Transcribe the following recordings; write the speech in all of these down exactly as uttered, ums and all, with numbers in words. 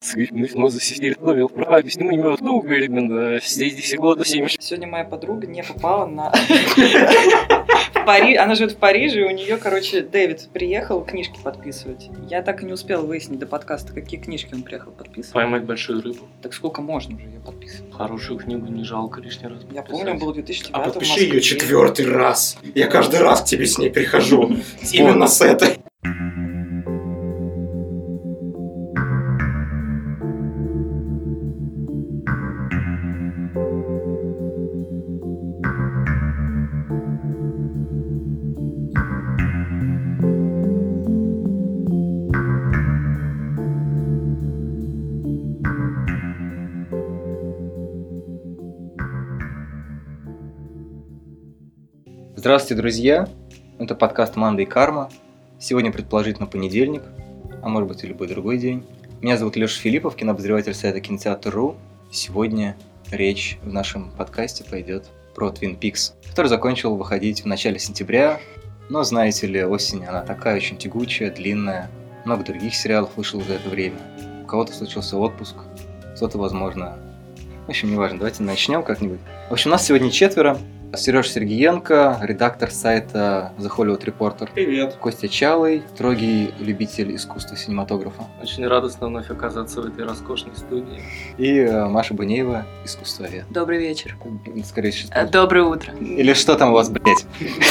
Мы засидели в программе «Снимаем долго», именно с года семьдесят. Сегодня моя подруга не попала на... в Париж. Она живет в Париже, и у нее, короче, Дэвид приехал книжки подписывать. Я так и не успела выяснить до подкаста, какие книжки он приехал подписывать. «Поймать большую рыбу». Так сколько можно уже ее подписывать? Хорошую книгу не жалко лишний раз Я помню, он был в две тысячи девятом. А подпиши ее четвертый раз. Я каждый раз к тебе с ней прихожу. Именно с этой. Здравствуйте, друзья! Это подкаст «Манда и Карма». Сегодня, предположительно, понедельник, а может быть и любой другой день. Меня зовут Леша Филиппов, кинообозреватель сайта кинотеатр точка ру. Сегодня речь в нашем подкасте пойдет про Twin Peaks, который закончил выходить в начале сентября. Но, знаете ли, осень, она такая очень тягучая, длинная. Много других сериалов вышло за это время. У кого-то случился отпуск, кто-то, возможно... В общем, неважно, давайте начнем как-нибудь. В общем, у нас сегодня четверо. Сережа Сергиенко, редактор сайта The Hollywood Reporter. Привет. Костя Чалый, строгий любитель искусства синематографа. Очень радостно вновь оказаться в этой роскошной студии. И э, Маша Бунеева, искусствовед. Добрый вечер. Скорее сейчас. Доброе утро. Или что там у вас, блядь?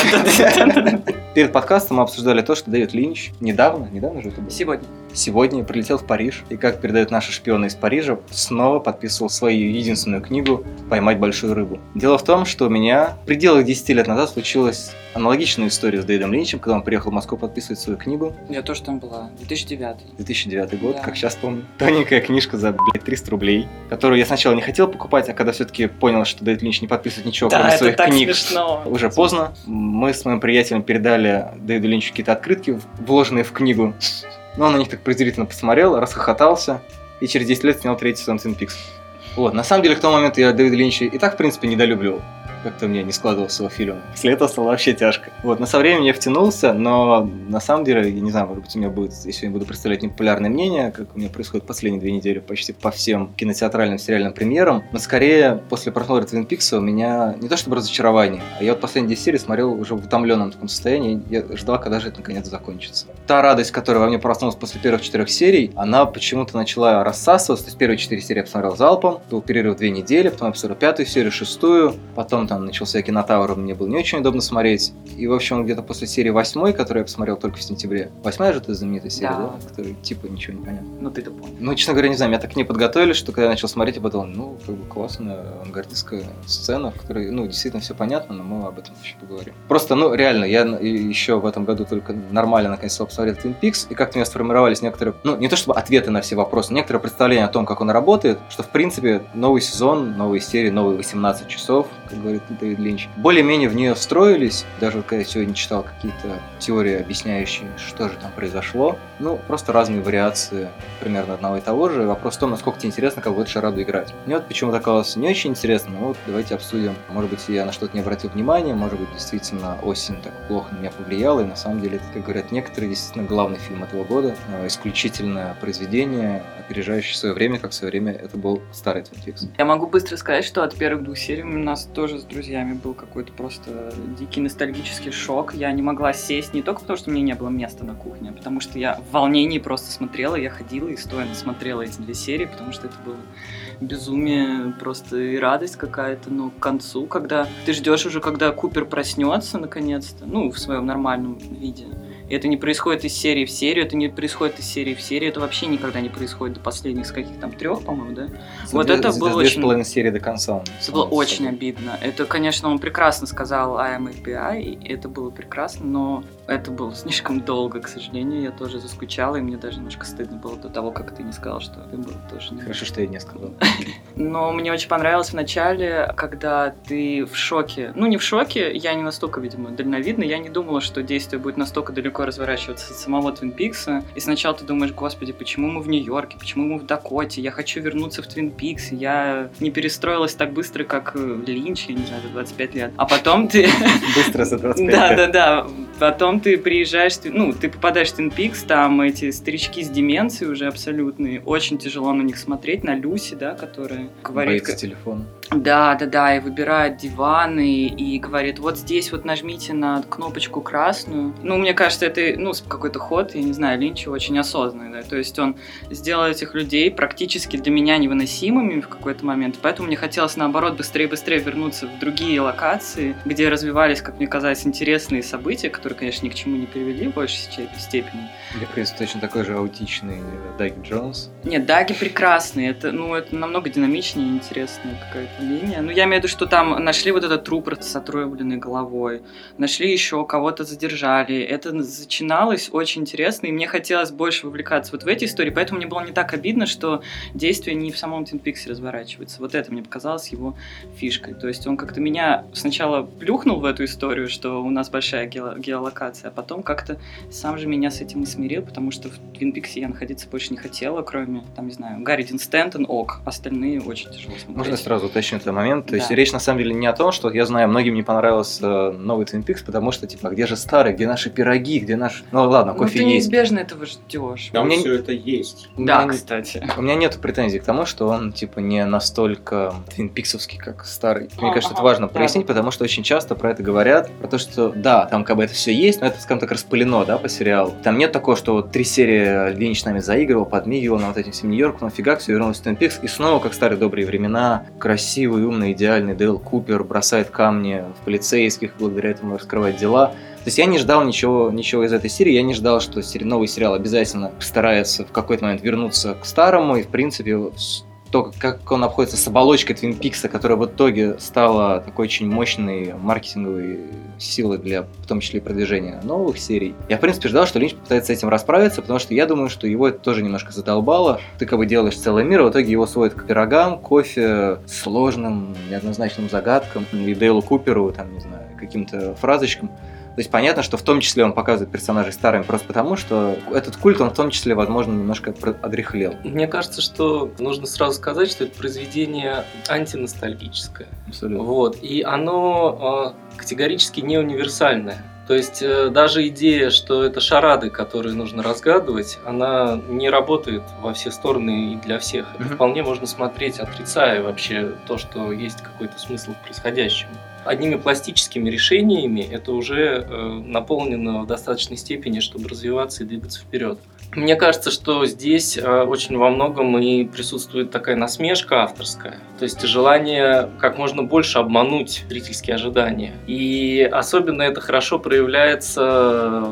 Перед подкастом мы обсуждали то, что Дэвид Линч недавно, недавно же это было? Сегодня. Сегодня прилетел в Париж, и, как передают наши шпионы из Парижа, снова подписывал свою единственную книгу «Поймать большую рыбу». Дело в том, что у меня в пределах десяти лет назад случилась аналогичная история с Дэвидом Линчем, когда он приехал в Москву подписывать свою книгу. Я тоже там была. две тысячи девятый. две тысячи девятый год, Да. как сейчас помню. Тоненькая книжка за, блядь, триста рублей, которую я сначала не хотел покупать, а когда все-таки понял, что Дэвид Линч не подписывает ничего, Да, кроме это своих так книг, смешно. уже поздно. Мы с моим приятелем передали Дэвиду Линчу какие-то открытки, вложенные в книгу. Но он на них так презрительно посмотрел, расхохотался и через десять лет снял третий сезон Twin Peaks. Вот, на самом деле, к тому моменту я Дэвида Линча и так, в принципе, недолюбливал. Как-то мне не складывался его фильм. После этого стало вообще тяжко. Вот, но со временем я втянулся, но на самом деле, я не знаю, может быть, у меня будет, если я буду представлять непопулярное мнение, как у меня происходит последние две недели почти по всем кинотеатральным сериальным премьерам, но скорее после просмотра Twin Peaks у меня не то чтобы разочарование, а я вот последние десять серий смотрел уже в утомленном таком состоянии, я ждал, когда же это наконец закончится. Та радость, которая во мне проснулась после первых четырех серий, она почему-то начала рассасываться. То есть первые четыре серии я посмотрел залпом, был перерыв две недели, потом я посмотрел пятую серию, шестую, потом там начался Кинотавр, мне было не очень удобно смотреть. И, в общем, где-то после серии восьмой, которую я посмотрел только в сентябре. Восьмая же это знаменитая серия, да? Да. Которая типа ничего не понятно. Ну ты-то понял. Ну, честно говоря, не знаю, меня так не подготовили, что когда я начал смотреть, я подумал, ну, как бы классная авангардистская сцена, в которой, ну, действительно все понятно, но мы об этом еще поговорим. Просто, ну, реально, я еще в этом году только нормально наконец стал посмотреть Twin Peaks, и как-то у меня сформировались некоторые, ну, не то чтобы ответы на все вопросы, но некоторые представления о том, как он работает, что, в принципе, новый сезон, новые серии, новые восемнадцать часов, как говорит Дэвид Линч, более-менее в нее встроились. Даже когда я сегодня читал какие-то теории, объясняющие, что же там произошло. Ну, просто разные вариации примерно одного и того же. Вопрос в том, насколько тебе интересно, как в эту шараду играть. Мне вот почему-то оказалось не очень интересно, но вот давайте обсудим. Может быть, я на что-то не обратил внимания, может быть, действительно осень так плохо на меня повлияла, и на самом деле, это, как говорят некоторые, действительно главный фильм этого года. Исключительное произведение, опережающее свое время, как в свое время это был старый Twin Peaks. Я могу быстро сказать, что от первых двух серий у нас тоже с друзьями был какой-то просто дикий ностальгический шок. Я не могла сесть не только потому, что мне не было места на кухне, а потому что я в волнении просто смотрела, я ходила и стоя смотрела эти две серии, потому что это было безумие, просто и радость какая-то, но к концу, когда ты ждешь уже, когда Купер проснется наконец-то, ну, в своем нормальном виде. И это не происходит из серии в серию, это не происходит из серии в серию, это вообще никогда не происходит до последних, с каких там трех, по-моему, да? За вот две, это за было две очень... с половиной серии до конца. Это было очень обидно. Это, конечно, он прекрасно сказал I am эф би ай, и это было прекрасно, но это было слишком долго, к сожалению. Я тоже заскучала, и мне даже немножко стыдно было до того, как ты не сказал, что ты был тоже... Хорошо, что я не сказал. Но мне очень понравилось в начале, когда ты в шоке. Ну, не в шоке, я не настолько, видимо, дальновидна. Я не думала, что действие будет настолько далеко легко разворачиваться от самого Твин Пикса. И сначала ты думаешь, господи, почему мы в Нью-Йорке, почему мы в Дакоте, я хочу вернуться в Твин Пикс, я не перестроилась так быстро, как Линч, я не знаю, за двадцать пять лет. А потом ты... Быстро за двадцать пять лет. Да-да-да. Потом ты приезжаешь, ну, ты попадаешь в Твин Пикс, там эти старички с деменцией уже абсолютные, очень тяжело на них смотреть, на Люси, да, которая говорит... Боится телефона. Да, да, да, и выбирает диваны, и говорит, вот здесь вот нажмите на кнопочку красную. Ну, мне кажется, это, ну, какой-то ход, я не знаю, Линча очень осознанный, да, то есть он сделал этих людей практически для меня невыносимыми в какой-то момент, поэтому мне хотелось, наоборот, быстрее-быстрее вернуться в другие локации, где развивались, как мне казалось, интересные события, которые, конечно, ни к чему не привели в большей степени. Где, в принципе, точно такой же аутичный Даги Джонс. Нет, Даги прекрасный, это, ну, это намного динамичнее и интересная какая-то линия. Ну, я имею в виду, что там нашли вот этот труп с отрубленной головой, нашли еще кого-то задержали. Это начиналось очень интересно, и мне хотелось больше вовлекаться вот в эти истории, поэтому мне было не так обидно, что действие не в самом Твин Пиксе разворачивается. Вот это мне показалось его фишкой. То есть он как-то меня сначала плюхнул в эту историю, что у нас большая ге- геолокация, а потом как-то сам же меня с этим и смирил, потому что в Твин Пиксе я находиться больше не хотела, кроме, там, не знаю, Гарри Дин Стэнтон, ок, остальные очень тяжело смотреть. Можно сразу уточнить этот момент? То Да. есть речь на самом деле не о том, что, я знаю, многим не понравился новый Твин Пикс, потому что, типа, где же старый, где наши пироги, где наш... Ну ладно, Ну, кофе ты есть. неизбежно этого ждешь. Там У меня все это есть. У Да, меня не- кстати. У меня нет претензий к тому, что он, типа, не настолько твинпиксовский, как старый. Мне А, кажется, это ага, важно да, прояснить, да. потому что очень часто про это говорят, про то, что, да, там как бы это все есть, но это, скажем так, распылено, да, по сериалу. Там нет такого, что вот три серии Линч с нами заигрывал, подмигивал на вот этим всем Нью-Йорку, но фигак, все вернулось в Твин Пикс, и снова, как в старые добрые времена, красивый, умный, идеальный Дейл Купер бросает камни в полицейских, благодаря этому раскрывает дела. То есть я не ждал ничего, ничего из этой серии, я не ждал, что сери- новый сериал обязательно постарается в какой-то момент вернуться к старому, и в принципе то, как он обходится с оболочкой Твин Пикса, которая в итоге стала такой очень мощной маркетинговой силой для, в том числе, и продвижения новых серий. Я, в принципе, ждал, что Линч попытается с этим расправиться, потому что я думаю, что его это тоже немножко задолбало. Ты как бы делаешь целый мир, а в итоге его сводят к пирогам, кофе, сложным, неоднозначным загадкам, и Дейлу Куперу, там, не знаю, каким-то фразочкам. То есть понятно, что в том числе он показывает персонажей старыми просто потому, что этот культ, он в том числе, возможно, немножко про- одряхлел. Мне кажется, что нужно сразу сказать, что это произведение антиностальгическое. Абсолютно. Вот. И оно э, категорически не универсальное. То есть э, даже идея, что это шарады, которые нужно разгадывать, она не работает во все стороны и для всех. Это Мгм. вполне можно смотреть, отрицая вообще то, что есть какой-то смысл в происходящем. Одними пластическими решениями это уже э, наполнено в достаточной степени, чтобы развиваться и двигаться вперед. Мне кажется, что здесь э, очень во многом и присутствует такая насмешка авторская, то есть желание как можно больше обмануть зрительские ожидания. И особенно это хорошо проявляется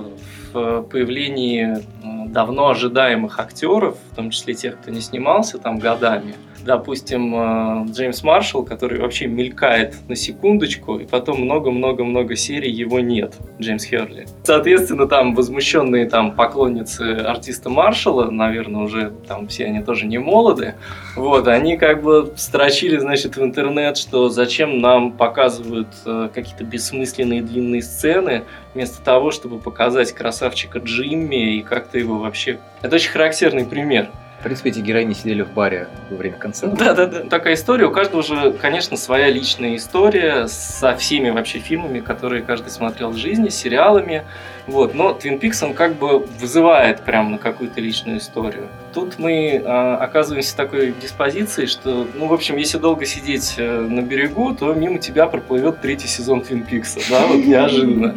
в появлении э, давно ожидаемых актеров, в том числе тех, кто не снимался там годами. Допустим, э, Джеймс Маршалл, который вообще мелькает на секундочку, и потом много-много-много серий его нет, Джеймс Херли. Соответственно, там возмущенные там поклонницы артиста Маршалла, наверное, уже там все они тоже не молоды, вот, они как бы строчили, значит, в интернет, что зачем нам показывают э, какие-то бессмысленные длинные сцены, вместо того, чтобы показать красавчика Джимми и как-то его вообще... Это очень характерный пример. В принципе, эти герои не сидели в баре во время концерта. Да-да-да. Такая история. У каждого же, конечно, своя личная история со всеми вообще фильмами, которые каждый смотрел в жизни, сериалами. Вот. Но Твин Пикс, он как бы вызывает прямо на какую-то личную историю. Тут мы а, оказываемся в такой диспозиции, что, ну, в общем, если долго сидеть э, на берегу, то мимо тебя проплывет третий сезон Твин Пикса, да, вот неожиданно.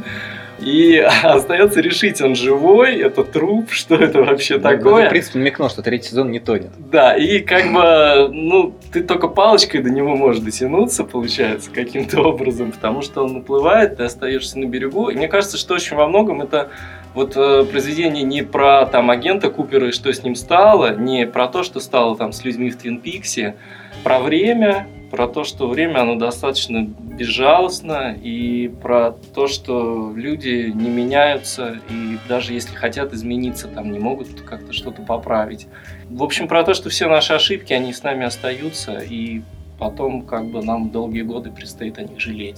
И остается решить, он живой, это труп, что это вообще Ну, такое. в принципе, намекнул, что третий сезон не тонет. Да, и как бы, ну, ты только палочкой до него можешь дотянуться, получается, каким-то образом, потому что он наплывает, ты остаешься на берегу. И мне кажется, что очень во многом это вот э, произведение не про там агента Купера и что с ним стало, не про то, что стало там с людьми в Твин Пиксе, про время, про то, что время, оно достаточно безжалостно, и про то, что люди не меняются, и даже если хотят измениться, там не могут как-то что-то поправить. В общем, про то, что все наши ошибки, они с нами остаются, и потом как бы нам долгие годы предстоит о них жалеть.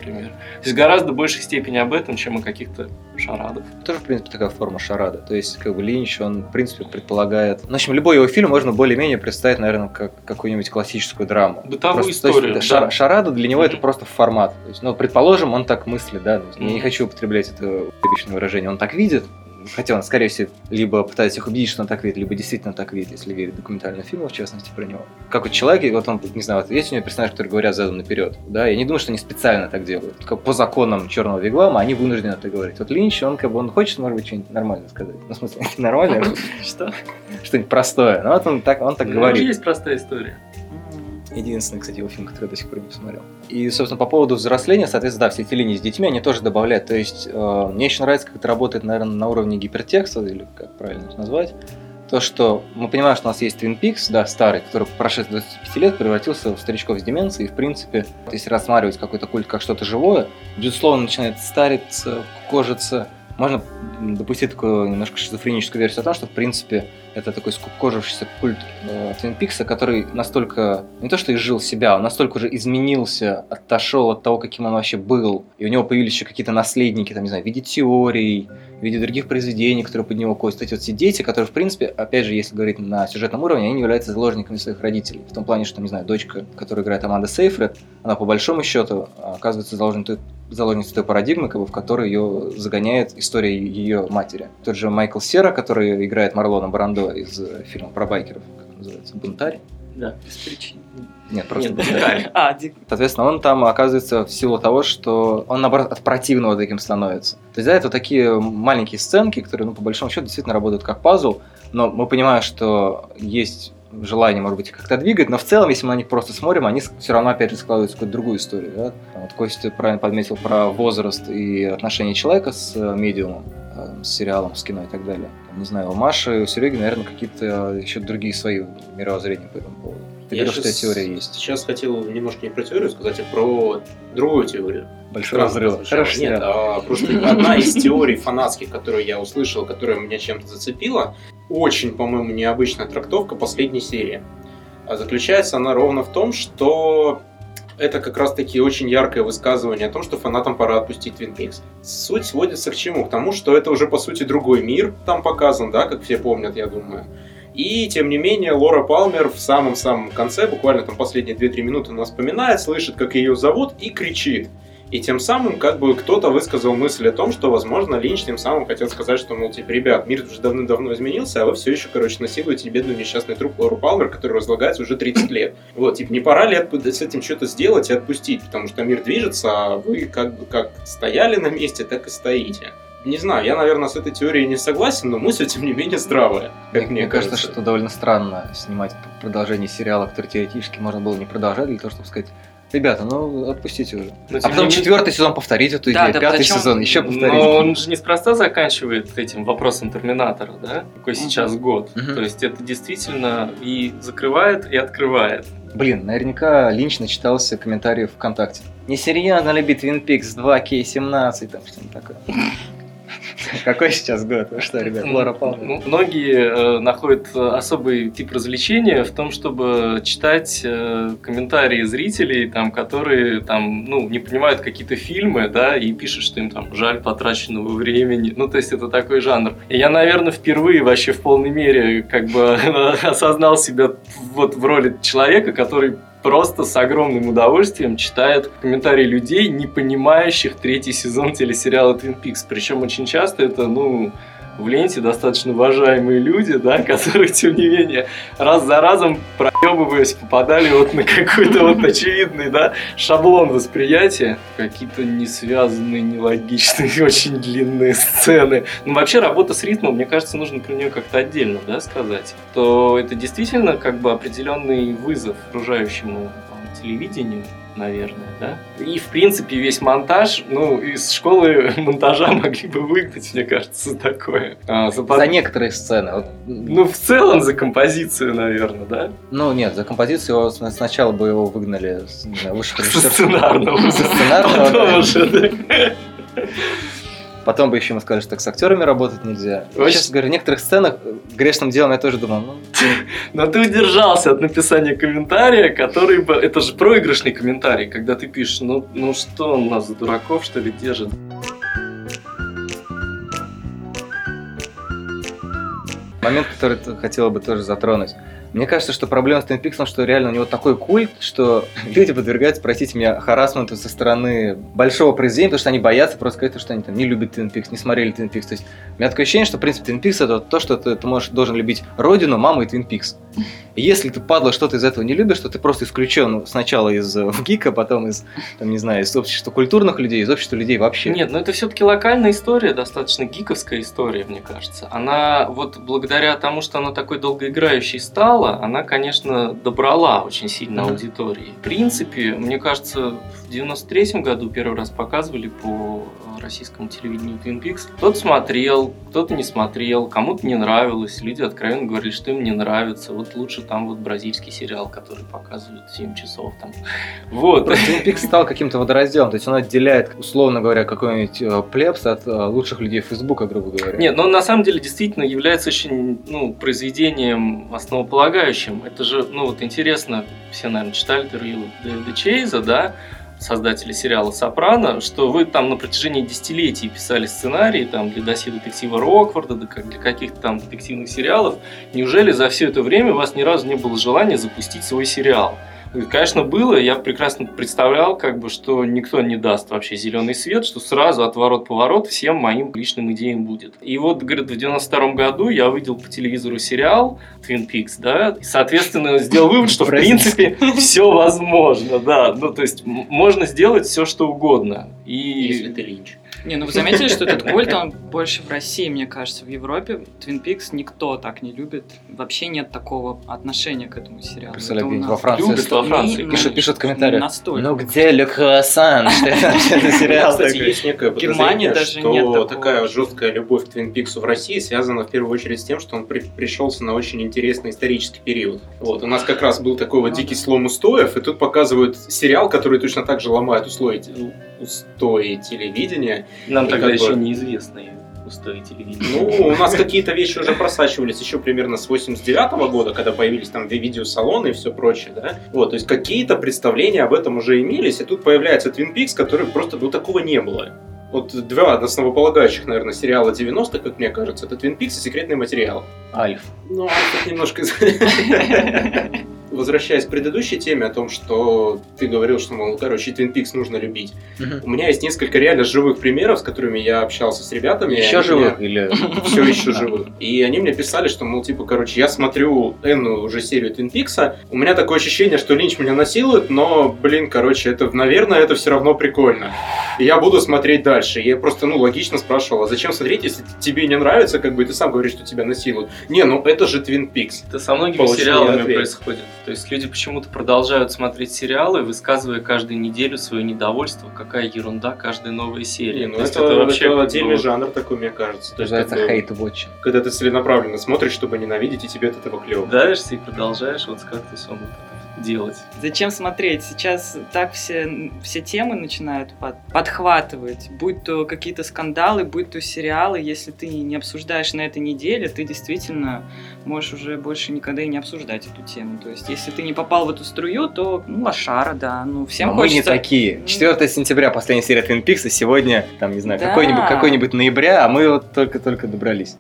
например. То есть гораздо большей степени об этом, чем о каких-то шарадах. Тоже, в принципе, такая форма шарада. То есть, как бы, Линч, он, в принципе, предполагает... Ну, в общем, любой его фильм можно более-менее представить, наверное, как какую-нибудь классическую драму. Бытовую просто, историю, есть, да. шар, шарада для него mm-hmm. это просто формат. То есть, ну, предположим, он так мыслит, да. Mm-hmm. Я не хочу употреблять это уебищное выражение. Он так видит, хотя он, скорее всего, либо пытается их убедить, что он так видит, либо действительно так видит, если верить документальному фильму, в частности, про него. Как вот человек, вот он, не знаю, вот есть у него персонажи, которые говорят задом наперед, да, я не думаю, что они специально так делают. Как по законам черного виглама они вынуждены это говорить. Вот Линч, он как бы, он хочет, может быть, что-нибудь нормальное сказать. Ну, в смысле, нормальное, что? Что-нибудь простое. Но вот он так, он так говорит. Есть простая история. Единственный, кстати, его фильм, который я до сих пор не посмотрел. И, собственно, по поводу взросления, соответственно, да, все эти линии с детьми, они тоже добавляют. То есть, э, мне еще нравится, как это работает, наверное, на уровне гипертекста, или как правильно это назвать. То, что мы понимаем, что у нас есть Twin Peaks, да, старый, который прошедшие двадцать пять лет превратился в старичков с деменцией. И, в принципе, если рассматривать какой-то культ как что-то живое, безусловно, начинает стариться, кожиться. Можно допустить такую немножко шизофреническую версию о том, что, в принципе, это такой скукожившийся культ э, Твин Пикса, который настолько, не то что изжил себя, он настолько уже изменился, отошел от того, каким он вообще был, и у него появились еще какие-то наследники, там, не знаю, в виде теорий, в виде других произведений, которые под него косят. Эти вот все дети, которые, в принципе, опять же, если говорить на сюжетном уровне, они не являются заложниками своих родителей. В том плане, что, не знаю, дочка, которую играет Аманда Сейфрид, она по большому счету оказывается заложницей заложницей той парадигмы, как бы, в которой ее загоняет история ее матери. Тот же Майкл Сера, который играет Марлона Брандо из фильма про байкеров, как он называется, «Бунтарь». Да, без причин. Нет, просто Нет, «Бунтарь». А, ди- Соответственно, он там оказывается в силу того, что он, наоборот, от противного таким становится. То есть, да, это такие маленькие сценки, которые, ну, по большому счету, действительно работают как пазл, но мы понимаем, что есть желание, может быть, как-то двигать, но в целом, если мы на них просто смотрим, они все равно, опять же, складываются в какую-то другую историю. Да? Вот Костя правильно подметил про возраст и отношения человека с медиумом, с сериалом, с кино и так далее. Там, не знаю, у Маши, у Сереги, наверное, какие-то еще другие свои мировоззрения по этому поводу. Ты Я говоришь, что сейчас, теория есть. Сейчас хотел немножко не про теорию сказать, а про другую теорию. Большой разрыв. Хорошо, нет, а, просто одна из теорий фанатских, которую я услышал, которая меня чем-то зацепила, очень, по-моему, необычная трактовка последней серии. А заключается она ровно в том, что это как раз-таки очень яркое высказывание о том, что фанатам пора отпустить Twin Peaks. Суть сводится к чему? К тому, что это уже, по сути, другой мир там показан, да, как все помнят, я думаю. И, тем не менее, Лора Палмер в самом-самом конце, буквально там последние две-три минуты, она вспоминает, слышит, как ее зовут, и кричит. И тем самым, как бы, кто-то высказал мысль о том, что, возможно, Линч тем самым хотел сказать, что, мол, типа, ребят, мир уже давно-давно изменился, а вы все еще, короче, насилуете бедную несчастный труп Лору Палмер, который разлагается уже тридцать лет. Вот, типа, не пора ли с этим что-то сделать и отпустить, потому что мир движется, а вы как бы как стояли на месте, так и стоите. Не знаю, я, наверное, с этой теорией не согласен, но мысль, тем не менее, здравая, как мне, мне кажется. кажется, что довольно странно снимать продолжение сериала, который теоретически можно было не продолжать, для того, чтобы сказать: ребята, ну отпустите уже. Но, а потом четвертый сезон повторить эту идею, да, пятый причем... сезон еще повторить. Но он же неспроста заканчивает этим вопросом Терминатора, да? Какой сейчас mm-hmm. год. Mm-hmm. То есть это действительно и закрывает, и открывает. Блин, наверняка Линч начитался комментариев ВКонтакте. Несерьезно любит Twin Peaks два кей семнадцать, там что-нибудь такое. Какой сейчас год? Вы что, ребят, Лора Палмер? Ну, многие э, находят особый тип развлечения в том, чтобы читать э, комментарии зрителей, там, которые там, ну, не понимают какие-то фильмы, да, и пишут, что им там жаль потраченного времени. Ну, то есть это такой жанр. И я, наверное, впервые вообще в полной мере как бы осознал себя вот в роли человека, который просто с огромным удовольствием читает комментарии людей, не понимающих третий сезон телесериала Twin Peaks. Причем очень часто это, ну, в ленте достаточно уважаемые люди, да, которые, тем не менее, раз за разом, проебываясь, попадали вот на какой-то вот очевидный, да, шаблон восприятия. Какие-то несвязанные, нелогичные, очень длинные сцены. Ну, вообще, работа с ритмом, мне кажется, нужно про нее как-то отдельно, да, сказать. То это действительно как бы определенный вызов окружающему телевидению, наверное, да? И, в принципе, весь монтаж, ну, из школы монтажа могли бы выгнать, мне кажется, за такое. А, за, под... за некоторые сцены. Вот. Ну, в целом, за композицию, наверное, да? Ну, нет, за композицию его, сначала бы его выгнали с высшего режиссерского. Со сценарного. Со сценарного. Потом уже, да. Потом бы еще ему сказали, что так с актерами работать нельзя. Очень- Сейчас говорю, в некоторых сценах э, грешным делом я тоже думал, ну, Но ты удержался от написания комментария, который бы... Это же проигрышный комментарий, когда ты пишешь, ну, ну что он нас за дураков, что ли, держит? момент, который ты хотела бы тоже затронуть. Мне кажется, что проблема с Twin Peaks, что реально у него такой культ, что люди подвергаются, простите меня, харассменту со стороны большого произведения, потому что они боятся просто сказать, что они там не любят Twin Peaks, не смотрели Twin Peaks. То есть у меня такое ощущение, что в принципе Twin Peaks это то, что ты, ты можешь, должен любить родину, маму и Twin Peaks. И если ты, падла, что-то из этого не любишь, то ты просто исключен сначала из э, гика, потом из, там, не знаю, из общества культурных людей, из общества людей вообще. Нет, но это все-таки локальная история, достаточно гиковская история, мне кажется. Она вот благодаря тому, что она такой долгоиграющей стала, она, конечно, добрала очень сильно Мгм. аудитории. В принципе, мне кажется, в девяносто третьем году первый раз показывали по российскому телевидению Twin Peaks. Кто-то смотрел, кто-то не смотрел, кому-то не нравилось. Люди откровенно говорили, что им не нравится. Вот лучше там вот бразильский сериал, который показывают в семь часов. Там. Вот. Просто Twin Peaks стал каким-то водоразделом, то есть он отделяет, условно говоря, какой-нибудь э, плебс от э, лучших людей Фейсбука, грубо говоря. Нет, но он на самом деле действительно является очень, ну, произведением основополагающим. Это же, ну вот интересно, все, наверное, читали интервью Дэвида Чейза, да, создателя сериала «Сопрано», что вы там на протяжении десятилетий писали сценарии там, для досье детектива Рокфорда, да, как для каких-то там детективных сериалов. Неужели за все это время у вас ни разу не было желания запустить свой сериал? И, конечно, было. Я прекрасно представлял, как бы, что никто не даст вообще зеленый свет, что сразу отворот-поворот всем моим личным идеям будет. И вот, говорит, в девяносто втором году я увидел по телевизору сериал Twin Peaks, да, и, соответственно, сделал вывод, что, в принципе, все возможно, да. Ну, то есть, м- можно сделать все, что угодно. И... Если ты Линч. Не, ну вы заметили, что этот культ, он больше в России, мне кажется, в Европе. Twin Peaks никто так не любит. Вообще нет такого отношения к этому сериалу. Представляю, Это у где-нибудь нас во Франции. любят во Франции. Не- Пишут, пишут в комментариях. Настолько. Ну где Ле Круассан? Что это вообще за сериал Кстати, такой? есть некое В Германии подозрение, даже что нет такого. такая жесткая любовь к Twin Peaks в России связана в первую очередь с тем, что он при- пришелся на очень интересный исторический период. Вот, у нас как раз был такой вот Ну дикий да. слом устоев, и тут показывают сериал, который точно так же ломает устои, устои телевидения. Нам И тогда как бы- еще неизвестные устои телевидения. Ну, у нас какие-то вещи уже просачивались еще примерно с восемьдесят девятого года, когда появились там видеосалоны и все прочее, да? Вот, то есть какие-то представления об этом уже имелись, и тут появляется Twin Peaks, который просто, ну, такого не было. Вот два основополагающих, наверное, сериала девяностых, как мне кажется, это Twin Peaks и Секретный материал. Альф. Ну, а тут немножко... Возвращаясь к предыдущей теме о том, что ты говорил, что, мол, короче, Twin Peaks нужно любить. У меня есть несколько реально живых примеров, с которыми я общался с ребятами. и Еще они живых мне- или... все еще живых. И они мне писали, что, мол, типа, короче, я смотрю энную уже серию Twin Peaks, у меня такое ощущение, что Линч меня насилует, но, блин, короче, это, наверное, это все равно прикольно. И я буду смотреть дальше. И я просто, ну, логично спрашивал, а зачем смотреть, если тебе не нравится, как бы, и ты сам говоришь, что тебя насилуют. Не, ну, это же Twin Peaks. Это со многими Получил сериалами ответ. происходит. То есть люди почему-то продолжают смотреть сериалы, высказывая каждую неделю свое недовольство, какая ерунда каждая новая серия. Не, ну, То есть это, вообще это как отдельный бы- жанр такой, мне кажется. То есть, Называется как бы, хейт-вотч. когда ты целенаправленно смотришь, чтобы ненавидеть, и тебе от этого клево. давишься и продолжаешь вот с кактусом вот это делать. Зачем смотреть? Сейчас так все, все темы начинают под- подхватывать. Будь то какие-то скандалы, будь то сериалы. Если ты не обсуждаешь на этой неделе, ты действительно можешь уже больше никогда и не обсуждать эту тему. То есть, если ты не попал в эту струю, то, ну, лошара, да. Ну, всем Но мы не хочется... такие. четвёртого сентября последняя серия Twin Peaks, и сегодня, там, не знаю, Да. какой-нибудь, какой-нибудь ноября, а мы вот только-только добрались.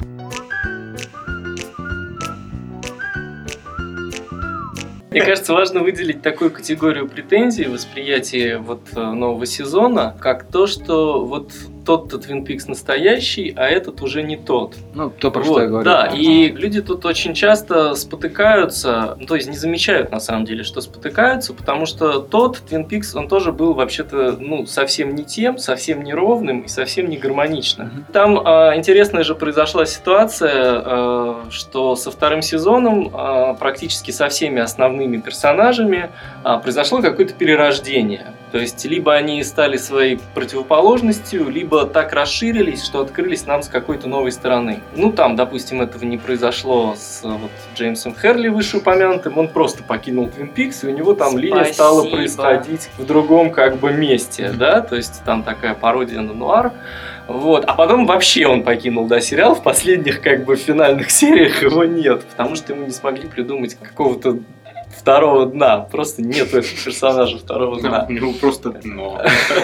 Мне кажется, важно выделить такую категорию претензий в восприятии вот э, нового сезона, как то, что вот тот-то Twin Peaks настоящий, а этот уже не тот. Ну, то, про Вот, что я говорю. Да, и люди тут очень часто спотыкаются, ну, то есть не замечают на самом деле, что спотыкаются, потому что тот Twin Peaks, он тоже был вообще-то, ну, совсем не тем, совсем неровным и совсем не гармоничным. Мгм. Там э, интересная же произошла ситуация, э, что со вторым сезоном э, практически со всеми основными персонажами э, произошло какое-то перерождение. То есть, либо они стали своей противоположностью, либо так расширились, что открылись нам с какой-то новой стороны. Ну, там, допустим, этого не произошло с вот, Джеймсом Херли, вышеупомянутым. Он просто покинул Twin Peaks, и у него там Спасибо. линия стала происходить в другом как бы месте, да? То есть, там такая пародия на нуар. Вот. А потом вообще он покинул, да, сериал. В последних, как бы, финальных сериях его нет, потому что ему не смогли придумать какого-то второго дна. Просто нет этого персонажа второго дна. У него просто дно.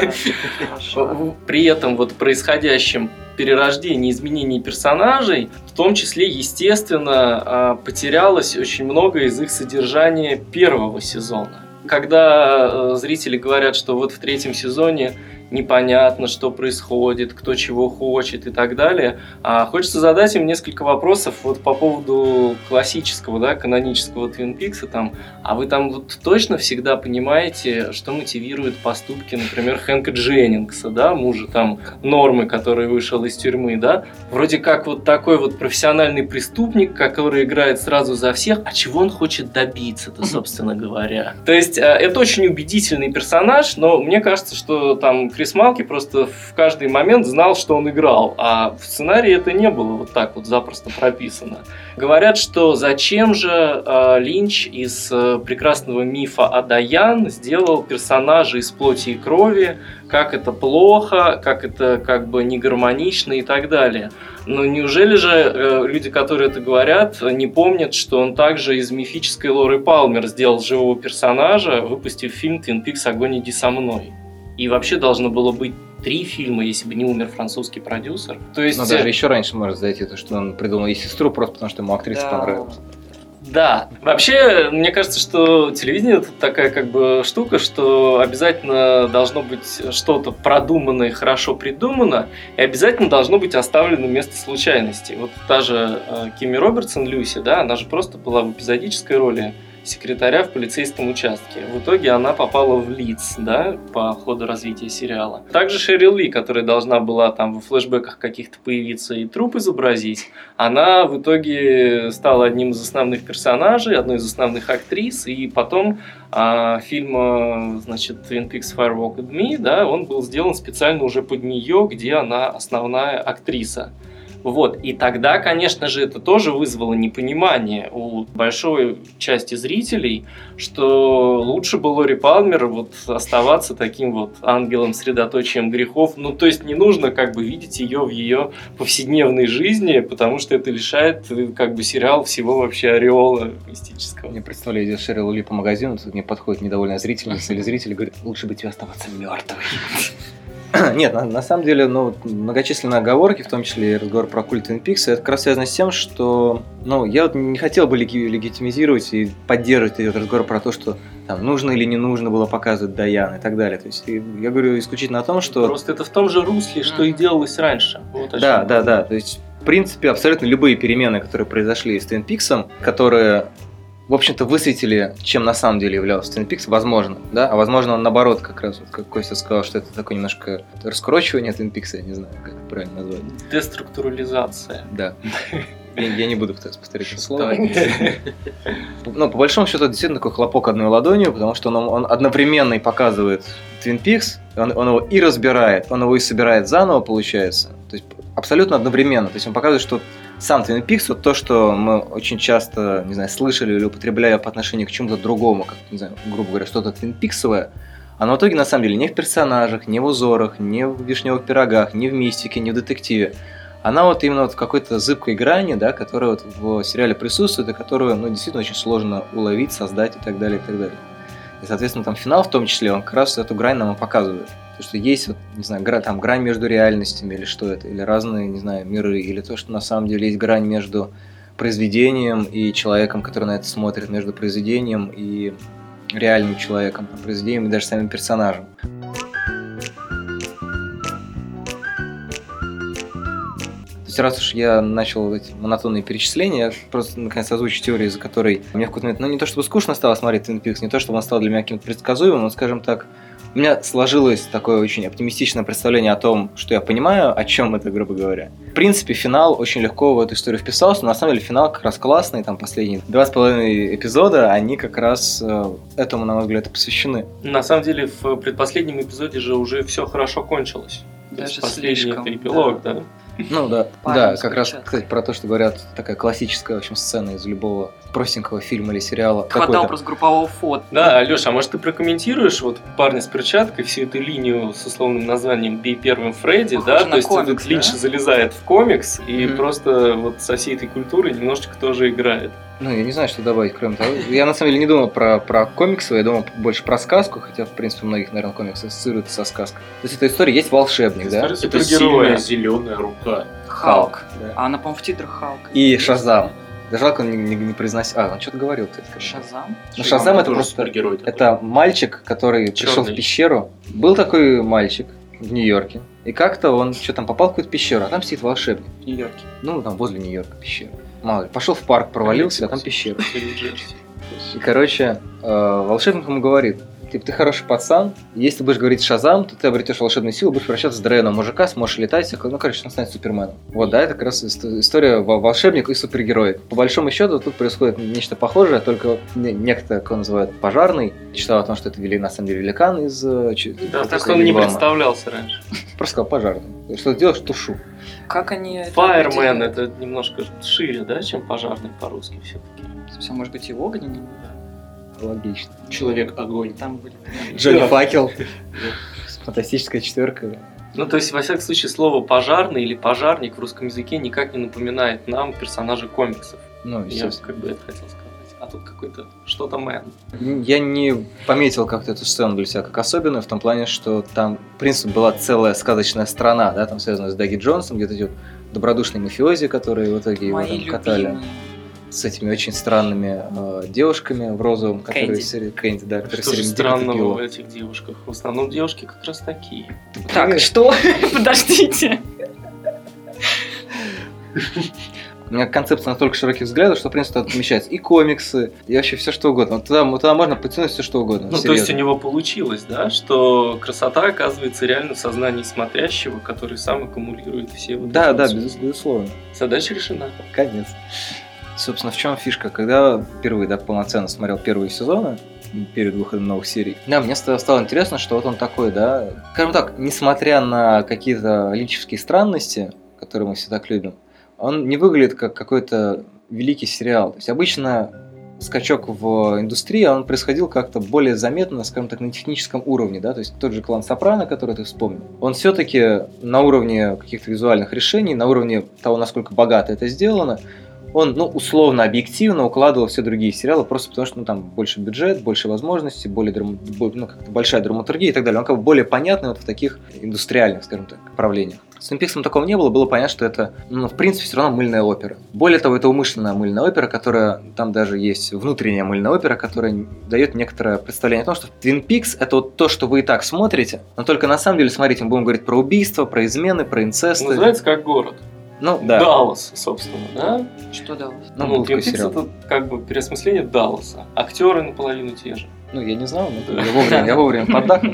При этом вот происходящем перерождении, изменении персонажей, в том числе, естественно, потерялось очень много из их содержания первого сезона. Когда зрители говорят, что вот в третьем сезоне непонятно, что происходит, кто чего хочет и так далее. А хочется задать им несколько вопросов вот по поводу классического, да, канонического Twin Peaks. Там, а вы там вот точно всегда понимаете, что мотивирует поступки, например, Хэнка Дженнингса, да, мужа там Нормы, который вышел из тюрьмы, да? Вроде как вот такой вот профессиональный преступник, который играет сразу за всех, а чего он хочет добиться-то, собственно говоря. То есть это очень убедительный персонаж, но мне кажется, что там Крис Малки просто в каждый момент знал, что он играл, а в сценарии это не было вот так вот запросто прописано. Говорят, что зачем же э, Линч из э, прекрасного мифа о Дайан сделал персонажа из плоти и крови, как это плохо, как это как бы не гармонично и так далее. Но неужели же э, люди, которые это говорят, не помнят, что он также из мифической Лоры Палмер сделал живого персонажа, выпустив фильм «Твин Пикс. Огонь, иди со мной». И вообще должно было быть три фильма, если бы не умер французский продюсер. То есть... Ну, даже еще раньше может зайти то, что он придумал и сестру просто потому, что ему актриса Да. понравилась. Да, вообще, мне кажется, что телевидение это такая как бы штука, что обязательно должно быть что-то продумано и хорошо придумано, и обязательно должно быть оставлено место случайности. Вот та же э, Кимми Робертсон, Люси, да, она же просто была в эпизодической роли секретаря в полицейском участке. В итоге она попала в Лидс, да, по ходу развития сериала. Также Шерил Ли, которая должна была там во флешбеках каких-то появиться и труп изобразить, она в итоге стала одним из основных персонажей, одной из основных актрис, и потом а, фильм, значит, Twin Peaks Fire Walked Me, да, он был сделан специально уже под нее, где она основная актриса. Вот. И тогда, конечно же, это тоже вызвало непонимание у большой части зрителей, что лучше бы Лори Палмер вот оставаться таким вот ангелом средоточием грехов. Ну, то есть не нужно как бы видеть ее в ее повседневной жизни, потому что это лишает как бы сериал всего вообще ореола мистического. Я представляю, идет Шерил Ли по магазину, тут мне подходит недовольная зрительница или зритель и говорит, лучше бы тебе оставаться мертвой. Нет, на, на самом деле, ну, многочисленные оговорки, в том числе и разговор про культ Twin Peaks, это как раз связано с тем, что, ну, я вот не хотел бы леги- легитимизировать и поддерживать этот разговор про то, что там нужно или не нужно было показывать Дайан и так далее. То есть я говорю исключительно о том, что... Просто это в том же русле, что и делалось раньше. Вот о Да, чем. да, да. То есть, в принципе, абсолютно любые перемены, которые произошли с Twin Peaks, которые, в общем-то, высветили, чем на самом деле являлся Twin Peaks, возможно, да, а возможно, он наоборот, как раз, вот, как Костя сказал, что это такое немножко раскручивание Twin Peaks, я не знаю, как это правильно назвать. Деструктурализация. Да. Я, я не буду пытаться повторить это слово. Но по большому счету, это действительно такой хлопок одной ладонью, потому что он, он одновременно и показывает Twin Peaks, он, он его и разбирает, он его и собирает заново, получается. То есть абсолютно одновременно. То есть он показывает, что сам Twin Peaks, вот то, что мы очень часто, не знаю, слышали или употребляя по отношению к чему-то другому, как, не знаю, грубо говоря, что-то Twin Peaks'овое, оно в итоге на самом деле не в персонажах, не в узорах, не в вишневых пирогах, не в мистике, не в детективе. Она вот именно вот в какой-то зыбкой грани, да, которая вот в сериале присутствует, и которую, ну, действительно очень сложно уловить, создать и так далее, и так далее. И, соответственно, там финал в том числе, он как раз эту грань нам и показывает. То, что есть, вот, не знаю, гра- там грань между реальностями, или что это, или разные, не знаю, миры, или то, что на самом деле есть грань между произведением и человеком, который на это смотрит, между произведением и реальным человеком, произведением и даже самим персонажем. То есть, раз уж я начал эти монотонные перечисления, я просто наконец озвучу теорию, из-за которой мне в какой-то момент, ну, не то чтобы скучно стало смотреть Twin Peaks, не то чтобы он стал для меня каким-то предсказуемым, но, скажем так, У меня сложилось такое очень оптимистичное представление о том, что я понимаю, о чем это, грубо говоря. В принципе, финал очень легко в эту историю вписался, но на самом деле финал как раз классный, там последние два с половиной эпизода, они как раз э, этому, на мой взгляд, и посвящены. На самом деле, в предпоследнем эпизоде же уже все хорошо кончилось. Даже Последний слишком, это эпилог, да. да. Ну да, Парень да, с как раз, перчаткой. кстати, про то, что говорят, такая классическая, в общем, сцена из любого простенького фильма или сериала. Хватало Какой-то. просто группового фото. Да, Алёша, а может ты прокомментируешь вот парня с перчаткой, всю эту линию с условным названием «Бей первым Фредди», Похоже да? на То есть комикс, этот Линч да? залезает в комикс и Мгм. просто вот со всей этой культурой немножечко тоже играет. Ну, я не знаю, что добавить, кроме того. Я на самом деле не думал про, про комиксы, я думал больше про сказку, хотя, в принципе, многих, наверное, комиксы ассоциируются со сказкой. То есть, эта история есть волшебник, да? История Это супергероя. сильная зеленая рука. Халк. Да. А она, по-моему, в титрах Халк. И Шазам. Да жалко, он не, не, не произносил. А, он что-то говорил, кстати. Шазам? Ну, Шазам это тоже просто... супергерой такой. Это мальчик, который пришел в Чёрный. пещеру. Был такой мальчик в Нью-Йорке. И как-то он что там попал в какую-то пещеру, а там сидит волшебник. В Нью-Йорке. Ну, там возле Нью-Йорка пещера. Мало ли. Пошел в парк, провалился, а там пещера. Нью-Джерси. И, короче, э, волшебник ему говорит, типа, ты хороший пацан, если ты будешь говорить Шазам, то ты обретешь волшебную силу, будешь превращаться в здоровенного мужика, сможешь летать, всякое. Ну, короче, он станет Суперменом. Вот, да, это как раз ист- история во- волшебник и супергерой. По большому счету, тут происходит нечто похожее, только не- некто, как он называет, пожарный, читал о том, что это вели, на самом деле великан из... э, ч- Да, из просто он не Валма. представлялся раньше. Просто сказал пожарный. Что ты делаешь? Тушу. Как они... это Фаермен определяют? это немножко шире, да, чем пожарный по-русски все-таки. Все, может быть, и огненный? Логично. Человек-огонь. Там были... Джонни Да. Факел. Фантастическая четверка. Ну, то есть, во всяком случае, слово «пожарный» или «пожарник» в русском языке никак не напоминает нам персонажей комиксов. Ну, Я естественно. как бы это хотел сказать. А тут какой-то что-то мэн. Я не пометил как-то эту сцену для себя как особенную, в том плане, что там, в принципе, была целая сказочная страна, да, там связанная с Даги Джонсом, где-то идет добродушные мафиози, которые в итоге его Мои там катали любимые. с этими очень странными э, девушками в розовом, которые Кэнди. все время- Кэнди, да, которые Что все же время дико странного тупила. в этих девушках? В основном девушки как раз такие. Так, что? Подождите. У меня концепция настолько широких взглядов, что, в принципе, туда помещаются и комиксы, и вообще все что угодно. Вот туда, туда можно подтянуть все что угодно. Ну, то серьезно. есть у него получилось, да, что красота оказывается реально в сознании смотрящего, который сам аккумулирует все вот Да, эти да, вот без- безусловно. Задача решена. Конец. Собственно, в чем фишка? Когда впервые, да, полноценно смотрел первые сезоны, перед выходом новых серий, да, мне стало, стало интересно, что вот он такой, да, скажем так, несмотря на какие-то линчевские странности, которые мы все так любим, он не выглядит как какой-то великий сериал. То есть обычно скачок в индустрии, он происходил как-то более заметно, скажем так, на техническом уровне, да, то есть тот же клан Сопрано, который ты вспомнил, он все-таки на уровне каких-то визуальных решений, на уровне того, насколько богато это сделано, он, ну, условно, объективно укладывал все другие сериалы, просто потому что, ну, там больше бюджет, больше возможностей, более драм... бо- ну, как-то большая драматургия и так далее. Он как бы более понятный вот в таких индустриальных, скажем так, направлениях. С Twin Peaks такого не было, было понятно, что это, ну, в принципе, все равно мыльная опера. Более того, это умышленная мыльная опера, которая, там даже есть внутренняя мыльная опера, которая дает некоторое представление о том, что Twin Peaks это вот то, что вы и так смотрите, но только на самом деле, смотрите, мы будем говорить про убийства, про измены, про инцесты. Называется как город. Ну, да. Даллас, собственно, да? Что далось? Ну, Ну, был такой Twin Peaks сериал. это как бы переосмысление Далласа. Актеры наполовину те же. Ну, я не знал, но я вовремя, я вовремя поддакнул.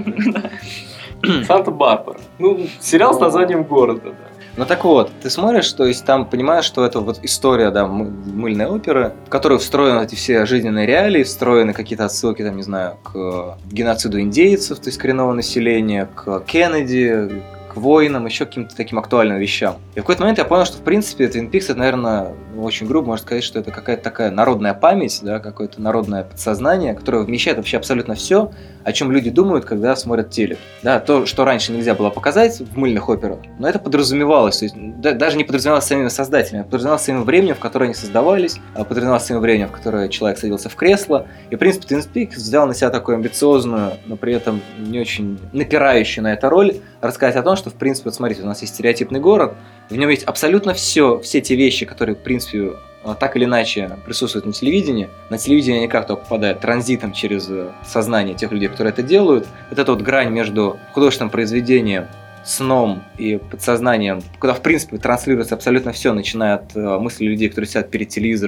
Санта-Барбара. Ну, сериал с названием города, да. Ну так вот, ты смотришь, то есть там понимаешь, что это вот история, да, мы- мыльной оперы, в которую встроены эти все жизненные реалии, встроены какие-то отсылки, там, не знаю, к геноциду индейцев, то есть коренного населения, к Кеннеди, к войнам, еще к каким-то таким актуальным вещам. И в какой-то момент я понял, что, в принципе, Twin Peaks, это, наверное, ну, очень грубо можно сказать, что это какая-то такая народная память, да, какое-то народное подсознание, которое вмещает вообще абсолютно все, о чем люди думают, когда смотрят телек. Да, то, что раньше нельзя было показать в мыльных операх, но это подразумевалось, то есть да- даже не подразумевалось самими создателями, а подразумевалось самим временем, в которое они создавались, а подразумевалось самим временем, в которое человек садился в кресло. И, в принципе, Twin Peaks взял на себя такую амбициозную, но при этом не очень напирающую на это роль, рассказать о том, что, в принципе, вот смотрите, у нас есть стереотипный город, в нем есть абсолютно все, все те вещи, которые, в принципе, так или иначе присутствуют на телевидении. На телевидение они как-то попадают транзитом через сознание тех людей, которые это делают. Вот эта вот грань между художественным произведением, сном и подсознанием, куда, в принципе, транслируется абсолютно все, начиная от э, мыслей людей, которые сидят перед телевизором,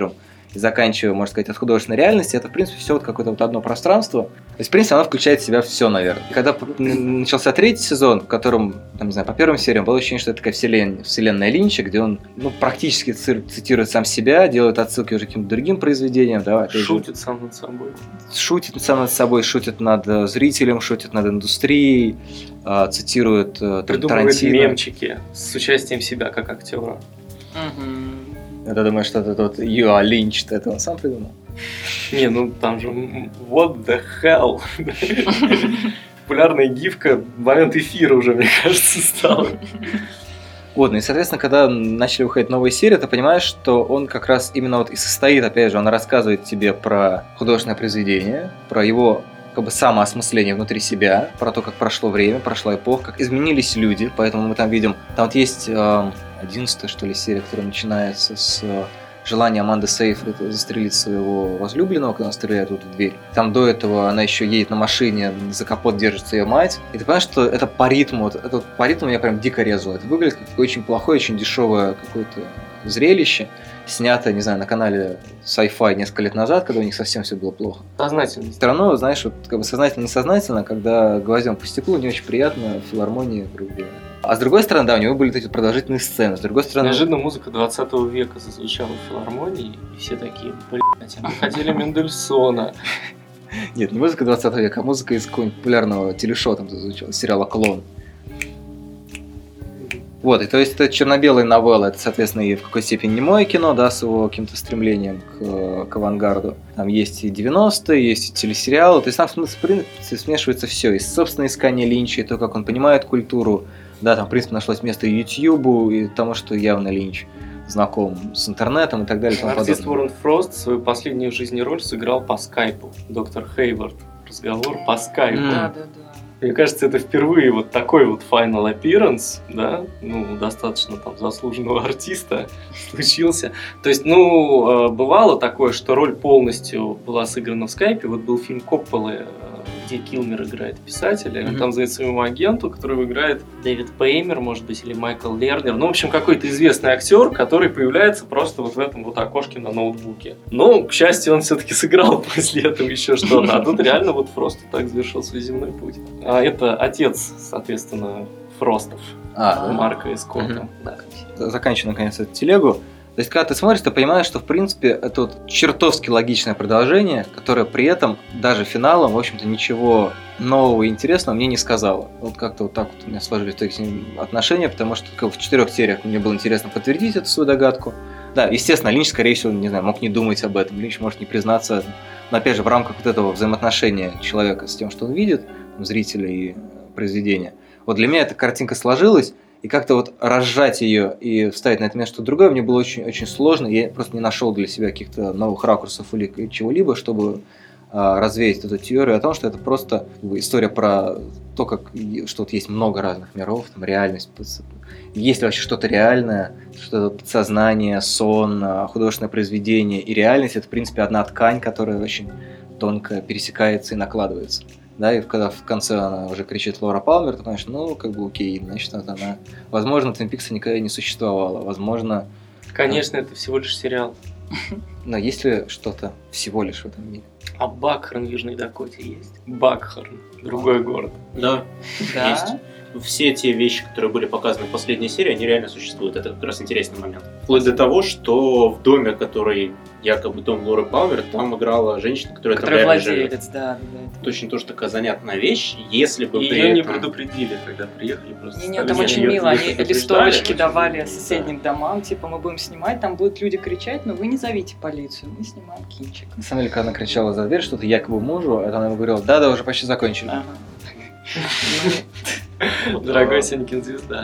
и заканчивая, можно сказать, от художественной реальности, это, в принципе, все вот какое-то вот одно пространство. То есть, в принципе, оно включает в себя все, наверное. И когда начался третий сезон, в котором, там, не знаю, по первым сериям было ощущение, что это такая вселенная, вселенная Линча, где он, ну, практически цитирует сам себя, делает отсылки уже к каким-то другим произведениям. Да, шутит сам над собой. Шутит сам над собой, шутит над зрителем, шутит над индустрией, цитирует Придумывает Тарантино. мемчики с участием себя как актера. Угу. Я думаю, что это вот You are Lynch, это он сам придумал? Не, ну там же what the hell? Популярная гифка в момент эфира уже, мне кажется, стала. Вот, ну и, соответственно, когда начали выходить новые серии, ты понимаешь, что он как раз именно вот и состоит, опять же, он рассказывает тебе про художественное произведение, про его как бы самоосмысление внутри себя, про то, как прошло время, прошла эпоха, как изменились люди, поэтому мы там видим, там вот есть э, одиннадцатая, что ли, серия, которая начинается с э, желания Аманды Сейфрид застрелить своего возлюбленного, когда он стреляет вот в дверь. Там до этого она еще едет на машине, за капот держится ее мать, и ты понимаешь, что это по ритму, вот, это вот по ритму меня прям дико резало, это выглядит как очень плохое, очень дешевое какое-то зрелище, снято, не знаю, на канале Sci-Fi несколько лет назад, когда у них совсем все было плохо. Сознательно. Все равно, знаешь, вот как бы сознательно-несознательно, когда гвоздем по стеклу, не очень приятно в филармонии, грубо говоря. А с другой стороны, да, у него были эти продолжительные сцены. С другой стороны... Неожиданно музыка двадцатого века зазвучала в филармонии, и все такие, блядь, мы хотели Мендельсона. Нет, не музыка двадцатого века, а музыка из какого-нибудь популярного телешоу там зазвучала, сериала «Клон». Вот, и то есть это черно-белые новеллы, это, соответственно, и в какой степени немое кино, да, с его каким-то стремлением к, к авангарду. Там есть и девяностые, есть и телесериалы, то есть там, в принципе, смешивается все, и собственное искание Линча, и то, как он понимает культуру, да, там, в принципе, нашлось место и Ютьюбу, и тому, что явно Линч знаком с интернетом и так далее. И тому артист подобное. Уоррен Фрост свою последнюю в жизни роль сыграл по скайпу. Доктор Хейвард. Разговор по скайпу. Mm. Да, да, да. Мне кажется, это впервые вот такой вот final appearance, да, ну, достаточно там заслуженного артиста случился. То есть, ну, бывало такое, что роль полностью была сыграна в скайпе. Вот был фильм Копполы, где Килмер играет писателя, mm-hmm. он там звонит своему агенту, которого играет Дэвид Пеймер, может быть, или Майкл Лернер. Ну, в общем, какой-то известный актер, который появляется просто вот в этом вот окошке на ноутбуке. Но, к счастью, он все-таки сыграл после этого еще что-то. А тут реально вот просто так завершил свой земной путь. А это отец, соответственно, Фростов, а, Марка и Скотта. Mm-hmm. Да. Заканчиваю, наконец, эту телегу. То есть, когда ты смотришь, ты понимаешь, что, в принципе, это вот чертовски логичное продолжение, которое при этом даже финалом, в общем-то, ничего нового и интересного мне не сказала. Вот как-то вот так вот у меня сложились с ним отношения, потому что как в четырех сериях мне было интересно подтвердить эту свою догадку. Да, естественно, Линч, скорее всего, не знаю, мог не думать об этом, Линч может не признаться, но, опять же, в рамках вот этого взаимоотношения человека с тем, что он видит, зрителя и произведения. Вот для меня эта картинка сложилась, и как-то вот разжать ее и вставить на это место что-то другое мне было очень-очень сложно. Я просто не нашел для себя каких-то новых ракурсов или чего-либо, чтобы а, развеять эту теорию о том, что это просто история про то, как, что вот есть много разных миров, там реальность, есть ли вообще что-то реальное, что-то подсознание, сон, художественное произведение и реальность. Это, в принципе, одна ткань, которая очень тонко пересекается и накладывается. Да, и когда в конце она уже кричит Лора Палмер, ты понимаешь, ну, как бы окей, значит, вот она... Возможно, Твин Пикса никогда не существовало, возможно... Конечно, это всего лишь сериал. Но есть ли что-то всего лишь в этом мире? А Бакхорн в Южной Дакоте есть? Бакхорн, другой город. Да, Да? есть. Все те вещи, которые были показаны в последней серии, они реально существуют. Это как раз интересный момент. Вплоть до того, что в доме, который якобы дом Лоры Палмер, там играла женщина, которая, Который там реально живет. владелец, да, да, да. Точно тоже такая занятная вещь, если бы И при ее не этом- предупредили, когда приехали. Просто Не-не, стали там за очень неё мило, они предупреждали, листовочки очень давали мило, соседним домам, типа мы будем снимать, там будут люди кричать, но вы не зовите полицию, мы снимаем кинчик. На самом деле, когда она кричала за дверь что-то якобы мужу, это она ему говорила, да-да, уже почти закончили. Ага. да. Дорогой Сенькин звезда.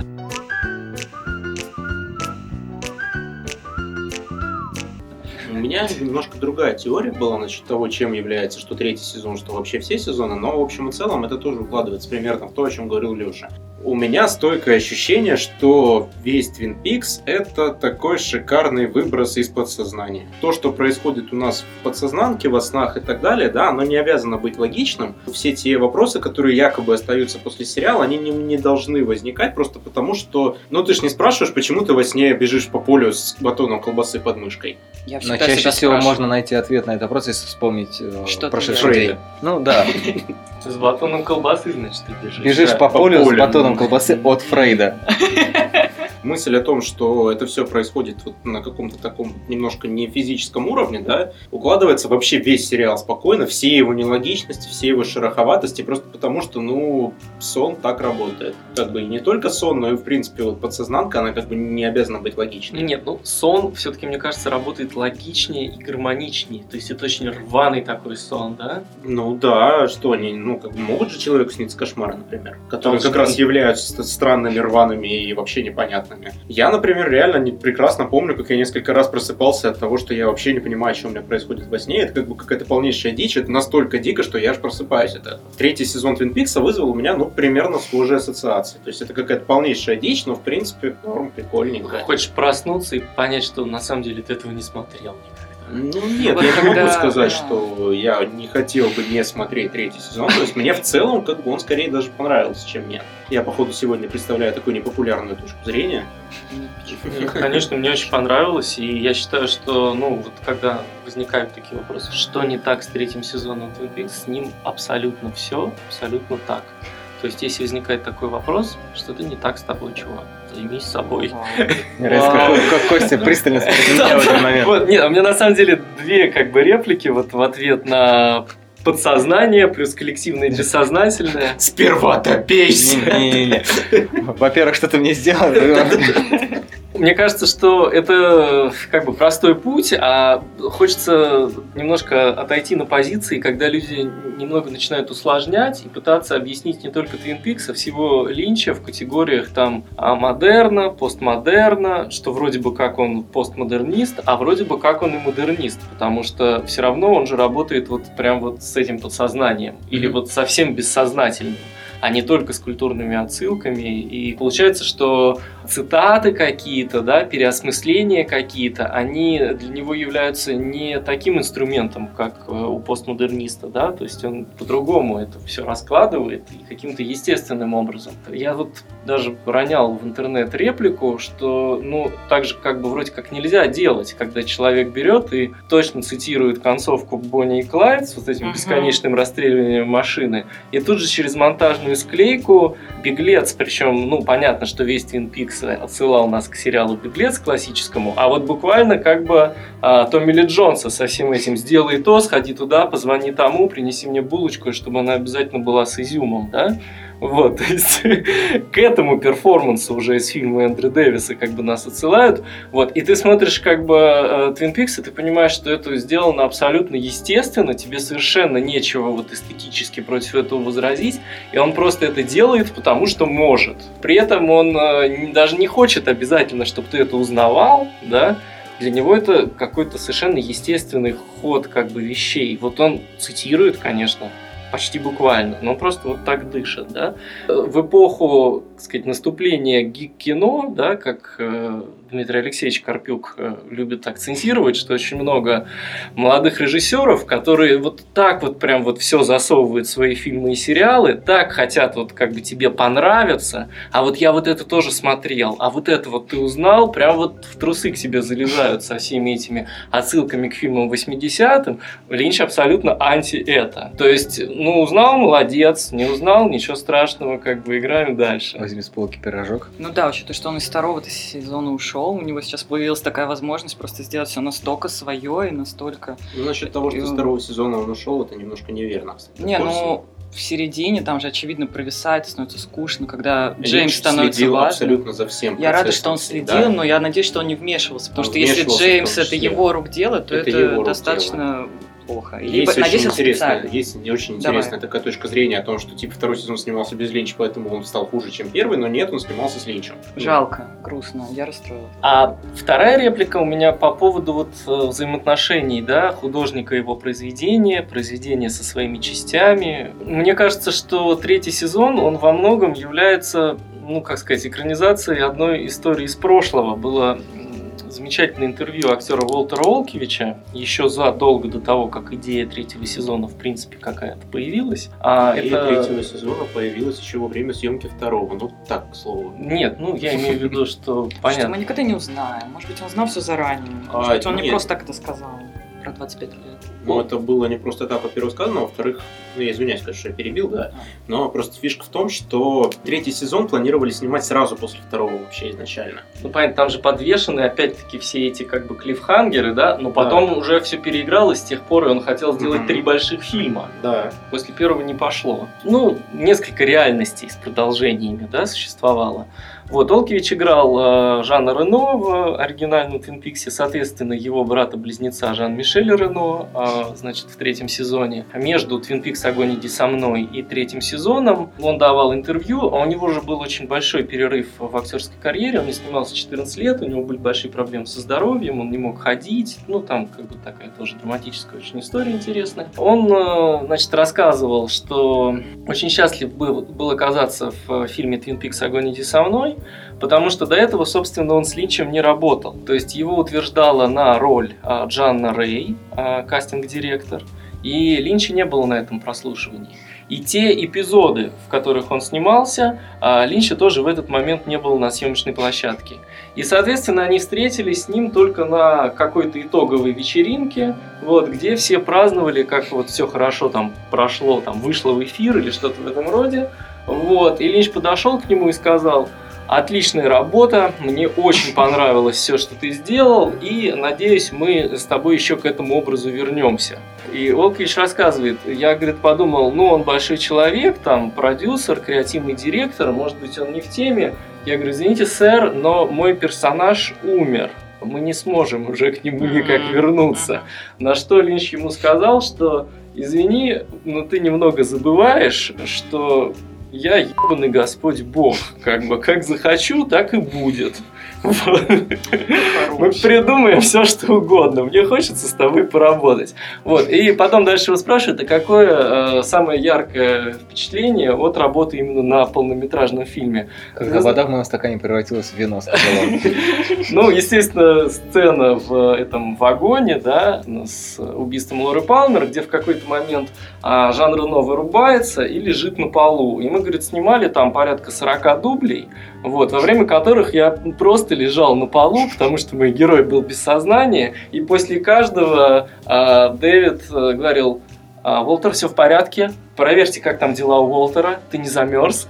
У меня немножко другая теория была насчет того, чем является что третий сезон, что вообще все сезоны, но в общем и целом это тоже укладывается примерно в то, о чем говорил Леша. у меня стойкое ощущение, что весь Twin Peaks — это такой шикарный выброс из подсознания. То, что происходит у нас в подсознанке, во снах и так далее, да, оно не обязано быть логичным. Все те вопросы, которые якобы остаются после сериала, они не, не должны возникать просто потому, что... Ну, ты ж не спрашиваешь, почему ты во сне бежишь по полю с батоном колбасы под мышкой. Я Но чаще всего спрашиваю. Можно найти ответ на этот вопрос, если вспомнить э, прошедший день. Ну, да. С батоном колбасы, значит, ты бежишь. Бежишь по полю с батоном колбасы от Фрейда. Мысль о том, что это все происходит вот на каком-то таком немножко не физическом уровне, да, укладывается вообще весь сериал спокойно, все его нелогичности, все его шероховатости, просто потому что, ну, сон так работает. Как бы и не только сон, но и, в принципе, вот подсознанка, она как бы не обязана быть логичной. Нет, ну, сон все-таки, мне кажется, работает логичнее и гармоничнее. То есть это очень рваный такой сон, да? Ну да, что они, ну, как бы могут же человеку сниться кошмары, например, которые Там как раз являются странными, рваными и вообще непонятными. Я, например, реально не, прекрасно помню, как я несколько раз просыпался от того, что я вообще не понимаю, что у меня происходит во сне. Это как бы какая-то полнейшая дичь. Это настолько дико, что я аж просыпаюсь от этого. Третий сезон Twin Peaks вызвал у меня, ну, примерно схожие ассоциации. То есть это какая-то полнейшая дичь, но, в принципе, норм, прикольненько. Хочешь проснуться и понять, что на самом деле ты этого не смотрел никогда. Ну нет, Вот я не могу когда- сказать, да. что я не хотел бы не смотреть третий сезон. То есть мне в целом как бы он скорее даже понравился, чем нет. Я, походу, сегодня представляю такую непопулярную точку зрения. Нет, конечно, мне очень понравилось, и я считаю, что, ну, вот когда возникают такие вопросы, что не так с третьим сезоном Twin Peaks, с ним абсолютно все, абсолютно так. То есть, если возникает такой вопрос, что-то не так с тобой, чувак, займись собой. Мне нравится, как, как Костя пристально смотрит на меня в этот момент. Вот, нет, у меня на самом деле две как бы реплики вот в ответ на подсознание плюс коллективное и бессознательное. Сперва топейся! Не-не-не. Во-первых, что ты мне сделал? Мне кажется, что это как бы простой путь, а хочется немножко отойти на позиции, когда люди немного начинают усложнять и пытаться объяснить не только Twin Peaks, а всего Линча в категориях там а, модерна, постмодерна, что вроде бы как он постмодернист, а вроде бы как он и модернист, потому что все равно он же работает вот прям вот с этим подсознанием или Mm-hmm. вот совсем бессознательным, а не только с культурными отсылками. И получается, что цитаты какие-то, да, переосмысления какие-то, они для него являются не таким инструментом, как у постмодерниста, да, то есть он по-другому это все раскладывает и каким-то естественным образом. Я вот даже ронял в интернет реплику, что, ну, так же как бы вроде как нельзя делать, когда человек берет и точно цитирует концовку Бонни и Клайд с вот этим Мгм. бесконечным расстреливанием машины, и тут же через монтажную склейку «Беглец», причем, ну, понятно, что весь Twin Peaks отсылал нас к сериалу «Беглец» классическому, а вот буквально как бы а, Томми Ли Джонса со всем этим «Сделай то, сходи туда, позвони тому, принеси мне булочку, чтобы она обязательно была с изюмом», да? Вот, то есть к этому перформансу уже из фильма Эндрю Дэвиса как бы нас отсылают. Вот, и ты смотришь как бы э, Twin Peaks, и ты понимаешь, что это сделано абсолютно естественно, тебе совершенно нечего вот эстетически против этого возразить, и он просто это делает, потому что может. При этом он э, не- даже не хочет обязательно, чтобы ты это узнавал, да. Для него это какой-то совершенно естественный ход как бы вещей. Вот он цитирует, конечно, почти буквально, но просто вот так дышит, да. В эпоху, так сказать, наступления гик-кино, да, как э, Дмитрий Алексеевич Карпюк э, любит акцентировать, что очень много молодых режиссеров, которые вот так вот прям вот все засовывают в свои фильмы и сериалы, так хотят вот как бы тебе понравиться, а вот я вот это тоже смотрел, а вот это вот ты узнал, прям вот в трусы к себе залезают со всеми этими отсылками к фильмам восьмидесятым. Линч абсолютно анти это. То есть, ну, узнал, молодец, не узнал, ничего страшного, как бы играем дальше. Возьми с полки пирожок. Ну да, учитывая, что он из второго сезона ушел, у него сейчас появилась такая возможность просто сделать все настолько свое и настолько... Ну, насчет того, что И- с второго сезона он ушел, это немножко неверно, кстати. Не, После. ну, в середине там же, очевидно, провисает, становится скучно, когда Линч Джеймс становится следил важным. абсолютно за всем Я рада, процессом, что он да. следил, но я надеюсь, что он не вмешивался, потому Он что если вмешивался в Джеймс том это числе. его рук дело, то Это это, его рук достаточно плохо. Есть Либо, очень надеюсь, это интересная, специально. есть не очень Давай. интересная такая точка зрения о том, что типа второй сезон снимался без Линча, поэтому он стал хуже, чем первый, но нет, он снимался с Линчем. Жалко, грустно, я расстроилась. А вторая реплика у меня по поводу вот э, взаимоотношений, да, художника и его произведения, произведения со своими частями. Мне кажется, что третий сезон, он во многом является ну, как сказать, экранизацией одной истории из прошлого. Было замечательное интервью актера Уолтера Олкевича еще задолго до того, как идея третьего сезона, в принципе, какая-то появилась. А Идея это... третьего сезона появилась еще во время съемки второго. Ну, так, к слову. Нет, ну, я имею в виду, что Что понятно. мы никогда не узнаем. Может быть, он знал все заранее. Может А, быть, он не нет. просто так это сказал про двадцать пять лет. Но это было не просто так, во-первых, сказано, а во-вторых, ну, я извиняюсь, конечно, что я перебил, да, но просто фишка в том, что третий сезон планировали снимать сразу после второго вообще изначально. Ну, понятно, там же подвешены, опять-таки, все эти, как бы, клиффхангеры, да, но потом Да. уже все переигралось с тех пор, и он хотел сделать Мгм. три больших фильма. Да. После первого не пошло. Ну, несколько реальностей с продолжениями, да, существовало. Вот, Олкевич играл э, Жана Рено в оригинальном Твин Пиксе, соответственно, его брата-близнеца Жан-Мишеля Рено, э, значит, в третьем сезоне. Между Твин Пикс «Огонь иди со мной» и третьим сезоном он давал интервью, а у него же был очень большой перерыв в актерской карьере, он не снимался четырнадцать лет, у него были большие проблемы со здоровьем, он не мог ходить, ну, там, как бы, такая тоже драматическая очень история интересная. Он, э, значит, рассказывал, что очень счастлив был, был оказаться в фильме «Твин Пикс. Огонь иди со мной», потому что до этого, собственно, он с Линчем не работал. То есть его утверждала на роль а, Джанна Рэй, а, кастинг-директор, и Линча не было на этом прослушивании. И те эпизоды, в которых он снимался, а, Линча тоже в этот момент не было на съемочной площадке. И, соответственно, они встретились с ним только на какой-то итоговой вечеринке, вот, где все праздновали, как вот все хорошо там прошло, там вышло в эфир или что-то в этом роде. Вот. И Линч подошел к нему и сказал: отличная работа, мне очень понравилось все, что ты сделал, и надеюсь, мы с тобой еще к этому образу вернемся. И Олкевич рассказывает, я, говорит, подумал, ну, он большой человек, там, продюсер, креативный директор, может быть, он не в теме. Я говорю, извините, сэр, но мой персонаж умер. Мы не сможем уже к нему никак вернуться. На что Линч ему сказал, что, извини, но ты немного забываешь, что я ебаный Господь Бог. Как бы, как захочу, так и будет. Вот. Мы придумаем все, что угодно. Мне хочется с тобой поработать. Вот. И потом дальше его спрашивают, а какое э, самое яркое впечатление от работы именно на полнометражном фильме? Когда вода в моем стакане превратилась в вино, сказал он. Ну, естественно, сцена в этом вагоне, да, с убийством Лоры Палмер, где в какой-то момент а, Жан Рено вырубается и лежит на полу. И мы, говорит, снимали там порядка сорок дублей, вот, во время которых я просто лежал на полу, потому что мой герой был без сознания, и после каждого а, Дэвид а, говорил: а, Уолтер, все в порядке, проверьте, как там дела у Уолтера, ты не замерз.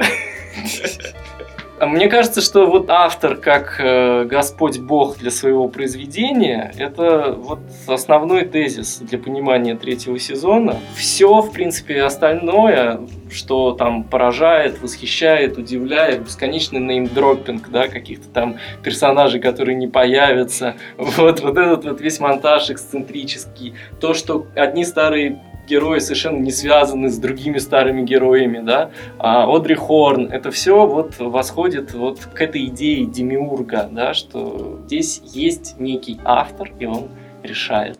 Мне кажется, что вот автор, как э, Господь Бог для своего произведения, это вот основной тезис для понимания третьего сезона. Все, в принципе, остальное, что там поражает, восхищает, удивляет, бесконечный неймдроппинг, да, каких-то там персонажей, которые не появятся, вот, вот этот вот весь монтаж эксцентрический, то, что одни старые герои совершенно не связаны с другими старыми героями, да, а Одри Хорн, это все вот восходит вот к этой идее демиурга, да, что здесь есть некий автор, и он решает.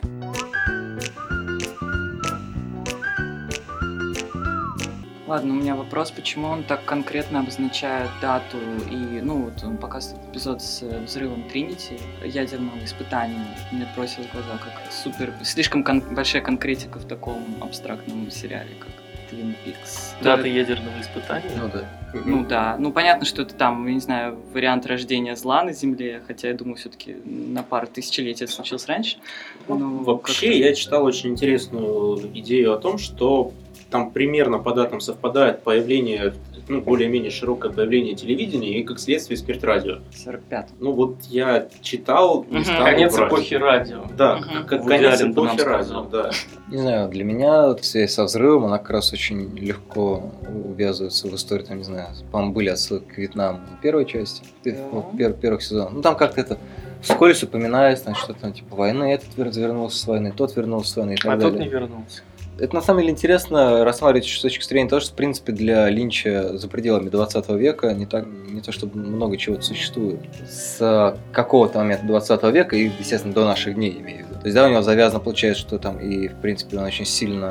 Ладно, у меня вопрос, почему он так конкретно обозначает дату и, ну, вот он показывает эпизод с взрывом Тринити, ядерного испытания, мне бросилось в глаза, как супер, слишком кон- большая конкретика в таком абстрактном сериале, как Twin Peaks. Дата ядерного испытания? Ну да. Ну да, ну понятно, что это там, я не знаю, вариант рождения зла на Земле, хотя я думаю, все-таки на пару тысячелетий это случилось раньше. Но Вообще, как-то- я читал очень интересную идею о том, что там примерно по датам совпадает появление, ну, более-менее широкое появление телевидения и, как следствие, спирт-радио. сорок пятый. Ну, вот я читал, не Мгм. стану Конец врать. эпохи радио. Да, Мгм. как Вуди конец Аллен бы нам эпохи радио, сказал. да. Не знаю, для меня вот связь со взрывом, она как раз очень легко увязывается в историю, там, не знаю, по-моему, были отсылки к Вьетнаму в первой части, Да. в пер- первых сезонах. Ну, там как-то это вскользь упоминается, значит, что там, типа, войны, этот вернулся с войны, тот вернулся с войны и так А далее. тот не вернулся. Это на самом деле интересно рассматривать с точки зрения того, что, в принципе, для Линча за пределами двадцатого века не, так, не то чтобы много чего существует. С какого-то момента двадцатого века и, естественно, до наших дней, имею в виду. То есть, да, у него завязано, получается, что там и, в принципе, он очень сильно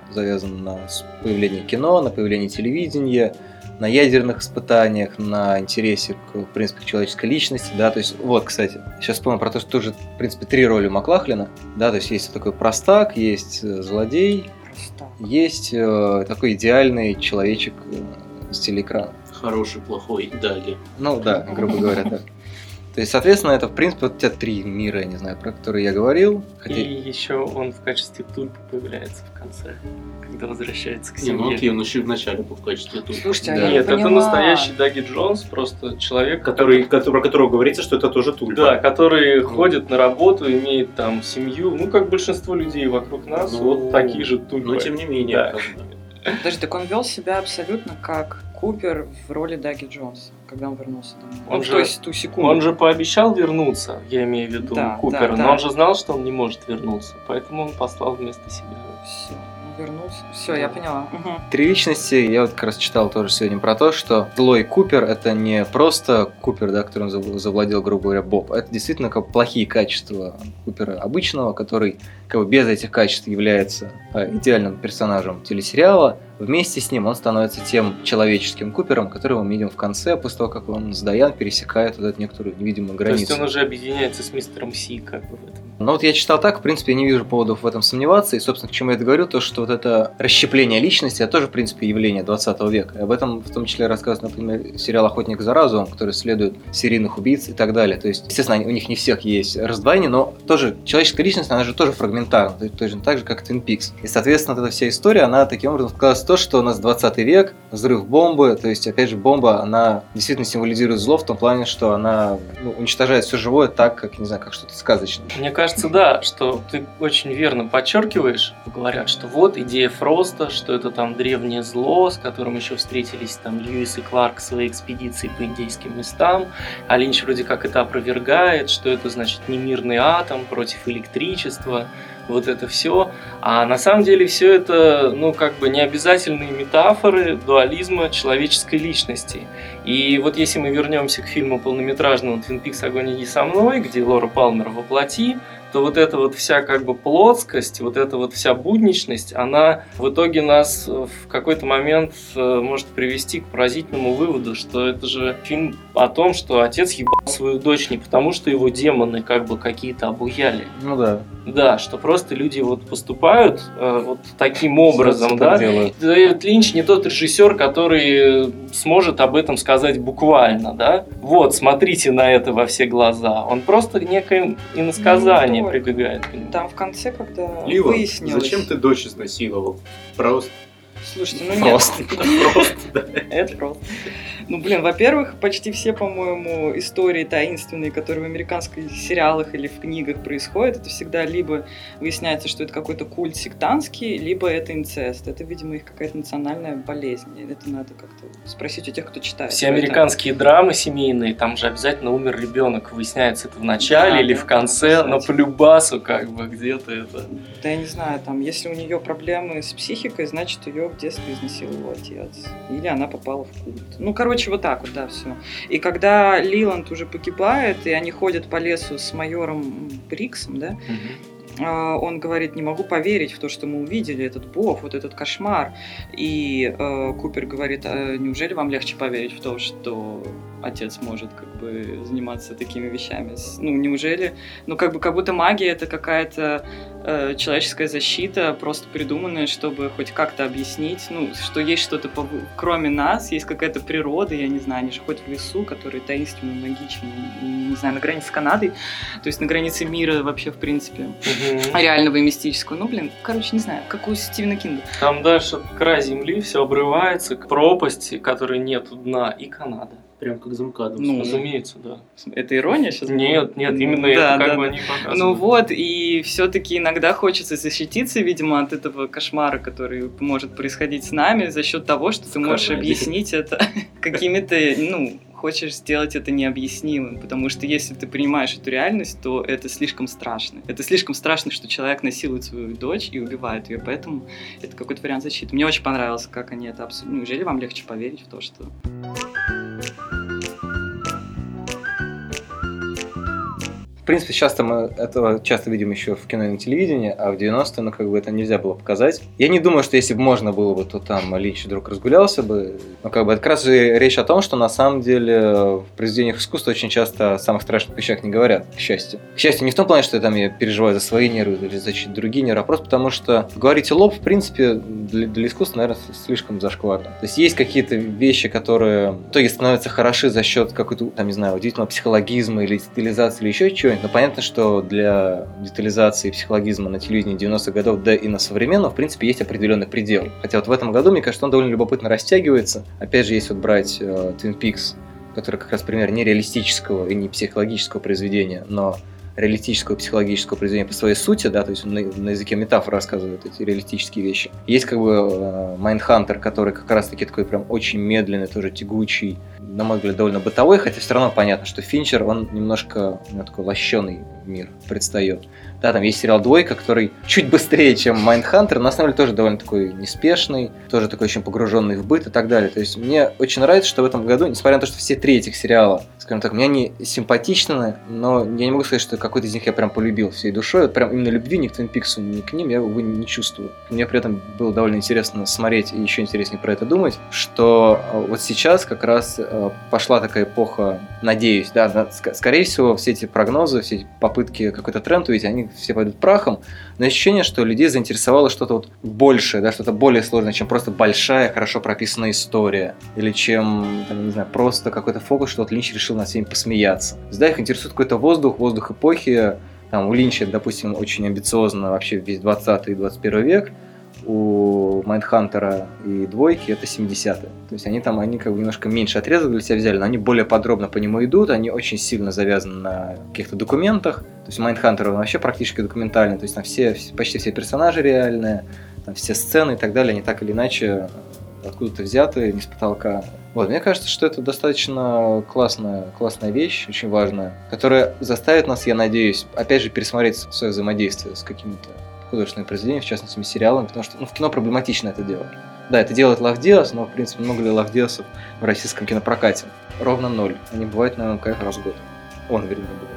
завязан на появление кино, на появление телевидения, на ядерных испытаниях, на интересе к, в принципе, к человеческой личности, да, то есть, вот, кстати, сейчас вспомнил про то, что тоже, в принципе, три роли у Маклахлина, да, то есть есть такой простак, есть злодей, Простак. есть э, такой идеальный человечек э, с телеэкрана. Хороший, плохой, Даги. Ну да, грубо говоря, да. То есть, соответственно, это, в принципе, вот те три мира, я не знаю, про которые я говорил. Хотя... И еще он в качестве тульпы появляется в конце, когда возвращается к Не, ну семье. окей, он еще и в начале был в качестве тульпы. Слушайте, а Да. я не Нет, это поняла. настоящий Даги Джонс, просто человек, Который, который, про которого говорится, что это тоже тульпа. Да, который ходит на работу, имеет там семью, ну, как большинство людей вокруг нас, Ну, вот такие же тульпы. Но тем не менее, Да. как бы. Подожди, так он вел себя абсолютно как Купер в роли Даги Джонса, когда он вернулся домой. Он Ну, же- то есть ту секунду. Он же пообещал вернуться, я имею в виду Да, Купера, да, но да. он же знал, что он не может вернуться, поэтому он послал вместо себя. Все, он вернулся. Все, я поняла. Мгм. Три личности, я вот как раз читал тоже сегодня про то, что злой Купер — это не просто Купер, да, которым зав- завладел, грубо говоря, Боб, это действительно как плохие качества Купера обычного, который как бы без этих качеств является э, идеальным персонажем телесериала. Вместе с ним он становится тем человеческим Купером, которого мы видим в конце, после того, как он с Дайан пересекает вот эту некоторую невидимую То есть границу. он уже объединяется с мистером Си, как бы в этом. Но вот я читал так, в принципе, я не вижу поводов в этом сомневаться, и, собственно, к чему я это говорю, то, что вот это расщепление личности, это тоже, в принципе, явление двадцатого века. И об этом в том числе рассказывает, например, сериал «Охотник за разумом», который исследует серийных убийц и так далее. То есть, естественно, они- у них не всех есть раздвоение, но тоже человеческая личность, она же тоже фрагментарна, то есть, точно так же, как Twin Peaks. И, соответственно, вот эта вся история, она таким образом складывается в то, что у нас двадцатый век, взрыв бомбы, то есть, опять же, бомба, она действительно символизирует зло в том плане, что она ну, уничтожает все живое так, как, не знаю, как что-то сказочное. Мне кажется, да, что ты очень верно подчеркиваешь, говорят, что вот идея Фроста, что это там древнее зло, с которым еще встретились там Льюис и Кларк в своей экспедиции по индейским местам, а Линч вроде как это опровергает, что это значит не мирный атом против электричества, вот это все. А на самом деле все это, ну, как бы необязательные метафоры дуализма человеческой личности. И вот если мы вернемся к фильму полнометражному «Твин Пикс. Огонь иди со мной», где Лора Палмер воплоти, то вот эта вот вся как бы плотскость, вот эта вот вся будничность, она в итоге нас в какой-то момент э, может привести к поразительному выводу, что это же фильм о том, что отец ебал свою дочь не потому, что его демоны как бы какие-то обуяли. Ну да. Да, что просто люди вот поступают э, вот таким образом, Все да. так делают. Дэвид Линч не тот режиссер, который сможет об этом сказать буквально, да. Вот, смотрите на это во все глаза. Он просто некое иносказание Ну, прибегает к нему. Там в конце, когда Лива, выяснилось... зачем ты дочь изнасиловал? Просто. Слушайте, ну нет, Просто. Просто, да. это просто. Ну, блин, во-первых, почти все, по-моему, истории таинственные, которые в американских сериалах или в книгах происходят, это всегда либо выясняется, что это какой-то культ сектантский, либо это инцест. Это, видимо, их какая-то национальная болезнь. Это надо как-то спросить у тех, кто читает. Все американские драмы семейные, там же обязательно умер ребенок. Выясняется это в начале Да, или да, в конце, да, но кстати. по любасу как бы где-то это. Да я не знаю, там, если у нее проблемы с психикой, значит, ее в детстве изнасиловал отец. Или она попала в культ. Ну, короче, вот так вот, да, все. И когда Лиланд уже погибает, и они ходят по лесу с майором Бриксом, да, а, он говорит, не могу поверить в то, что мы увидели, этот бог, вот этот кошмар. И э, Купер говорит, а неужели вам легче поверить в то, что отец может как бы заниматься такими вещами? Ну, неужели? Ну, как бы как будто магия это какая-то э, человеческая защита, просто придуманная, чтобы хоть как-то объяснить, ну, что есть что-то пов- кроме нас, есть какая-то природа, я не знаю, они же ходят в лесу, который таинственный, магичный, не знаю, на границе с Канадой, то есть на границе мира вообще, в принципе, реального и мистического. Ну, блин, короче, не знаю, как у Стивена Кинга. Там дальше край земли, все обрывается к пропасти, которой нет дна, и Канада. Прям как замкадом. Ну, Разумеется, да. Это ирония сейчас? Нет, нет, именно Да, это как да, бы да. они показывают. Ну вот, и все-таки иногда хочется защититься, видимо, от этого кошмара, который может происходить с нами за счет того, что ты можешь Канаде. объяснить это какими-то, ну, хочешь сделать это необъяснимым, потому что если ты принимаешь эту реальность, то это слишком страшно. Это слишком страшно, что человек насилует свою дочь и убивает ее, поэтому это какой-то вариант защиты. Мне очень понравилось, как они это обсудили. Ну, неужели вам легче поверить в то, что... принципе, часто мы этого часто видим еще в кино и на телевидении, а в девяностые, ну, как бы это нельзя было показать. Я не думаю, что если бы можно было бы, то там Линч вдруг разгулялся бы. Ну, как бы это как раз же речь о том, что на самом деле в произведениях искусства очень часто о самых страшных вещах не говорят, к счастью. К счастью, не в том плане, что я там я переживаю за свои нервы или за чьи-то другие нервы, а просто потому что говорить лоб, в принципе, для, для искусства, наверное, слишком зашкварно. То есть есть какие-то вещи, которые в итоге становятся хороши за счет какой-то, там, не знаю, удивительного психологизма или детализации или еще чего-нибудь. Но понятно, что для детализации и психологизма на телевидении девяностых годов, да и на современном, в принципе, есть определенный предел. Хотя вот в этом году, мне кажется, он довольно любопытно растягивается. Опять же, если вот брать э, Twin Peaks, который как раз пример не реалистического и не психологического произведения, но реалистического психологического произведения по своей сути, да, то есть на, на языке метафор рассказывают эти реалистические вещи. Есть как бы Майндхантер, который как раз-таки такой прям очень медленный, тоже тягучий, на мой взгляд, довольно бытовой, хотя все равно понятно, что Финчер, он немножко, у него такой лощеный мир предстает. Да, там есть сериал «Двойка», который чуть быстрее, чем Майндхантер, но на самом деле тоже довольно такой неспешный, тоже такой очень погруженный в быт и так далее. То есть мне очень нравится, что в этом году, несмотря на то, что все три этих сериала, скажем так, мне они симпатичны, но я не могу сказать, что какой-то из них я прям полюбил всей душой. Вот прям именно любви ни к Twin Peaks, ни к ним я, увы, не чувствую. Мне при этом было довольно интересно смотреть и еще интереснее про это думать, что вот сейчас как раз пошла такая эпоха, надеюсь, да, да скорее всего, все эти прогнозы, все эти попытки какой-то тренд увидеть, они все пойдут прахом, но ощущение, что людей заинтересовало что-то вот большее, да, что-то более сложное, чем просто большая, хорошо прописанная история, или чем, там, не знаю, просто какой-то фокус, что вот Линч решил над всеми посмеяться. То есть, да, их интересует какой-то воздух, воздух эпохи, там, у Линча, допустим, очень амбициозно вообще весь двадцатый и двадцать первый век, у Майндхантера и Двойки это семидесятые. То есть они там, они как бы немножко меньше отрезок для себя взяли, но они более подробно по нему идут, они очень сильно завязаны на каких-то документах. То есть Майндхантер он вообще практически документальный, то есть там все, почти все персонажи реальные, там все сцены и так далее, они так или иначе откуда-то взяты, не с потолка. Вот, мне кажется, что это достаточно классная, классная вещь, очень важная, которая заставит нас, я надеюсь, опять же пересмотреть свое взаимодействие с какими-то художественные произведения, в частности, сериалами, потому что ну, в кино проблематично это делать. Да, это делает Лав Диас, но, в принципе, много ли Лав Диасов в российском кинопрокате? Ровно ноль. Они бывают, наверное, как раз в год. Он, вернее, бывает.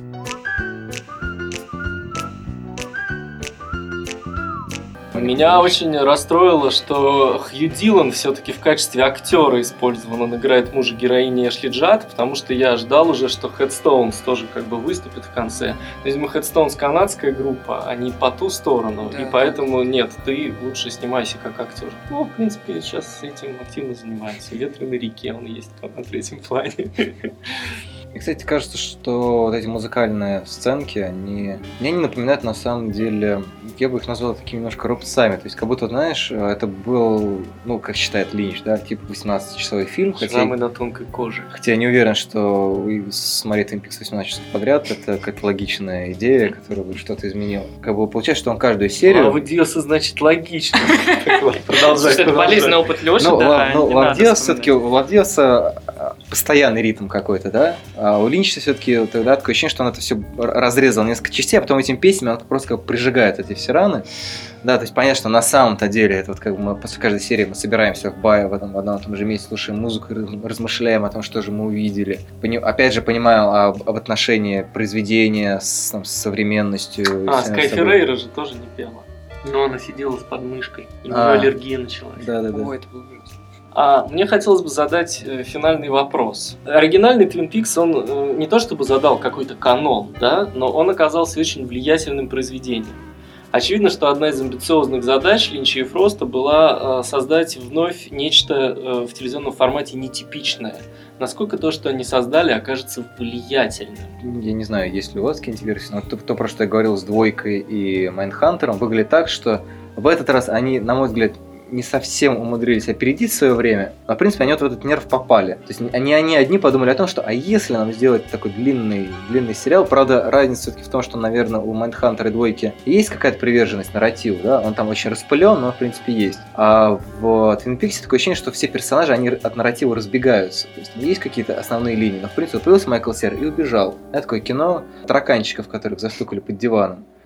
Меня очень расстроило, что Хью Дилан все-таки в качестве актера использован. Он играет мужа героини Эшли Джад, потому что я ждал уже, что Headstones тоже как бы выступит в конце. Видимо, Headstones канадская группа, они по ту сторону, да, и поэтому нет, ты лучше снимайся как актер. Ну, в принципе, сейчас этим активно занимается. «Ветры на реке», он есть на третьем плане. И, кстати, кажется, что вот эти музыкальные сценки, они... Мне не напоминают, на самом деле, я бы их назвал такими немножко робцами. То есть, как будто, знаешь, это был, ну, как считает Линч, да, типа восемнадцатичасовой фильм. Шрамы на тонкой коже. Хотя я не уверен, что смотреть Twin Peaks восемнадцать часов подряд, это как логичная идея, которая бы что-то изменила. Как бы получается, что он каждую серию... Лав Диаса, значит, логично. Продолжай. Это полезный опыт Лёши, да. Ну, Лав Диас все-таки, у Лав Диаса постоянный ритм какой-то, да? А у Линча все-таки тогда такое ощущение, что он это все разрезал несколько частей, а потом этими песнями он просто как прижигает эти все раны. Да, то есть понятно, что на самом-то деле, это вот как бы мы после каждой серии мы собираемся в бае в, этом, в одном и том же месте, слушаем музыку, размышляем о том, что же мы увидели. Пони, опять же, понимаем об, об отношении произведения с, там, с современностью. А, Скай Феррейра же тоже не пела. Но она сидела с подмышкой, и у нее а, аллергия началась. Да-да-да. Ой, это было ужасно. А мне хотелось бы задать э, финальный вопрос. Оригинальный Twin Peaks, он э, не то чтобы задал какой-то канон, да, но он оказался очень влиятельным произведением. Очевидно, что одна из амбициозных задач Линча и Фроста была э, создать вновь нечто э, в телевизионном формате нетипичное. Насколько то, что они создали, окажется влиятельным? Я не знаю, есть ли у вас какие-нибудь версии, но то, то, про что я говорил с Двойкой и Майндхантером, выглядит так, что в этот раз они, на мой взгляд, не совсем умудрились опередить свое время, но, в принципе, они вот в этот нерв попали. То есть они, они одни подумали о том, что а если нам сделать такой длинный, длинный сериал, правда, разница все-таки в том, что, наверное, у Майндхантера и Двойки есть какая-то приверженность нарративу, да, он там очень распылен, но, в принципе, есть. А в Twin Peaks такое ощущение, что все персонажи, они от нарратива разбегаются. То есть есть какие-то основные линии, но, в принципе, появился Майкл Сер и убежал. Это такое кино тараканчиков, которых застукали под диваном.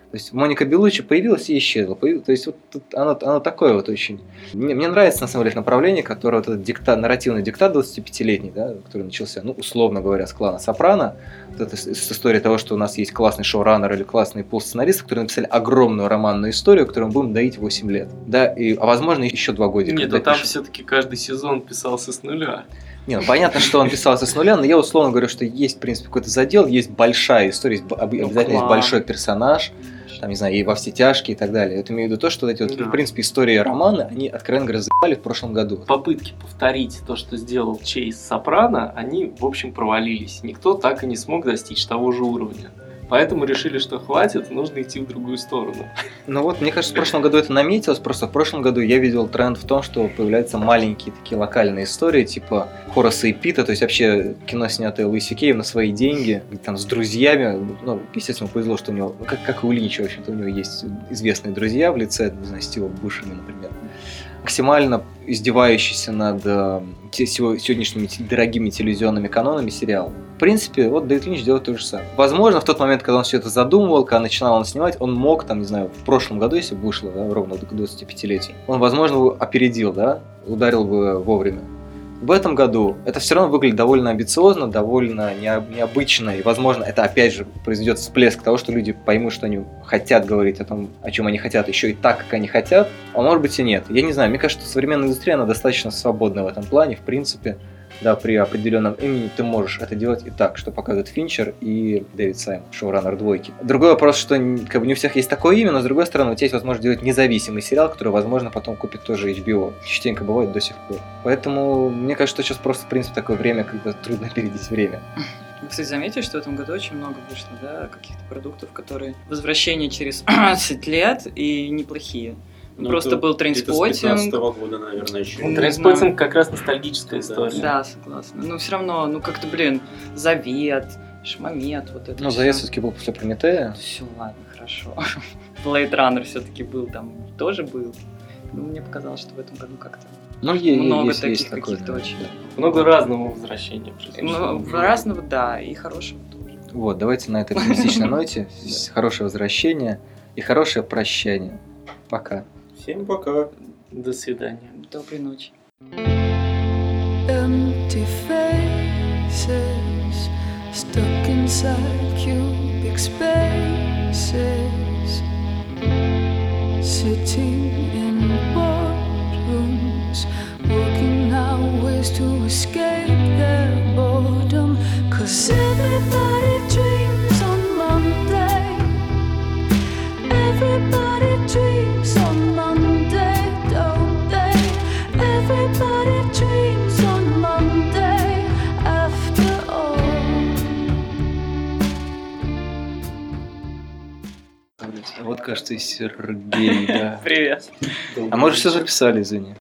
То есть Моника Беллуччи появилась и исчезла. Появ- То есть вот тут оно, оно такое вот очень... Мне, мне нравится, на самом деле, направление, которое вот этот диктат, нарративный диктат двадцатипятилетний, да, который начался, ну, условно говоря, с клана Сопрано. Вот это с, с историей того, что у нас есть классный шоураннер или классные полсценаристы, которые написали огромную романную историю, которую мы будем доить восемь лет. Да, и, а возможно, еще два годика. Нет, а там допишем. все-таки каждый сезон писался с нуля. Не, ну, понятно, что он писался с нуля, но я условно говорю, что есть, в принципе, какой-то задел, есть большая история, есть б- об- Ну, обязательно есть класс. большой персонаж, там, не знаю, и во все тяжкие и так далее. Это имею в виду то, что вот эти вот, Да. в принципе, истории романы, они, откровенно говоря, заебали в прошлом году. Попытки повторить то, что сделал Чейз Сопрано, они, в общем, провалились. Никто так и не смог достичь того же уровня. Поэтому решили, что хватит, нужно идти в другую сторону. Ну вот, мне кажется, в прошлом году это наметилось, просто в прошлом году я видел тренд в том, что появляются маленькие такие локальные истории, типа Хораса и Пита, то есть вообще кино, снятое Луиси Кеем на свои деньги, там, с друзьями, ну, естественно, повезло, что у него, ну, как, как и у Линча, в общем-то, у него есть известные друзья в лице, не знаю, Стива Бушеми, например. Максимально издевающийся над э, те- сего- сегодняшними те- дорогими телевизионными канонами сериал. В принципе, вот Дэвид Линч делает то же самое. Возможно, в тот момент, когда он все это задумывал, когда начинал он снимать, он мог, там, не знаю, в прошлом году, если бы вышло, да, ровно к двадцатипятилетию, он, возможно, бы опередил, да, ударил бы вовремя. В этом году это все равно выглядит довольно амбициозно, довольно нео- необычно, и, возможно, это опять же произведет всплеск того, что люди поймут, что они хотят говорить о том, о чем они хотят, еще и так, как они хотят, а может быть и нет. Я не знаю, мне кажется, что современная индустрия, она достаточно свободна в этом плане, в принципе, да, при определенном имени ты можешь это делать и так, что показывает Финчер и Дэвид Саймон, шоураннер двойки. Другой вопрос, что н- как бы не у всех есть такое имя, но с другой стороны, у тебя есть возможность делать независимый сериал, который, возможно, потом купит тоже эйч би о. Частенько бывает до сих пор. Поэтому мне кажется, что сейчас просто, в принципе, такое время, когда трудно опередить время. Вы, кстати, заметили, что в этом году очень много вышло, да, каких-то продуктов, которые возвращение через двадцать лет и неплохие. Ну, Просто это был где-то с трейнспоттинг. пятнадцатого года, наверное, еще. Ну, не Трейнспоттинг знаю. как раз ностальгическая история. Да, согласна. Но все равно, ну как-то, блин, Завет, Шмамет, вот это Ну, всё. Завет все-таки был после Прометея. Все, ладно, хорошо. Blade Runner все-таки был там, тоже был. Ну, мне показалось, что в этом году как-то Ну, е- много есть, есть таких такое, каких-то да, очень. да. Много разного возвращения произошло. Ну, разного, да, и хорошего тоже. Вот, давайте на этой оптимистичной ноте. Хорошее возвращение и хорошее прощание. Пока. Всем пока. До свидания. Доброй ночи. Empty faces stuck inside cubic spaces, sitting in boardrooms, working out ways to escape their boredom. 'Cause everybody dreams on Monday. Everybody dreams on Monday, don't they? Everybody dreams on Monday after all. Вот, кажется, и Сергей, да. Привет. А мы же все записали, извини.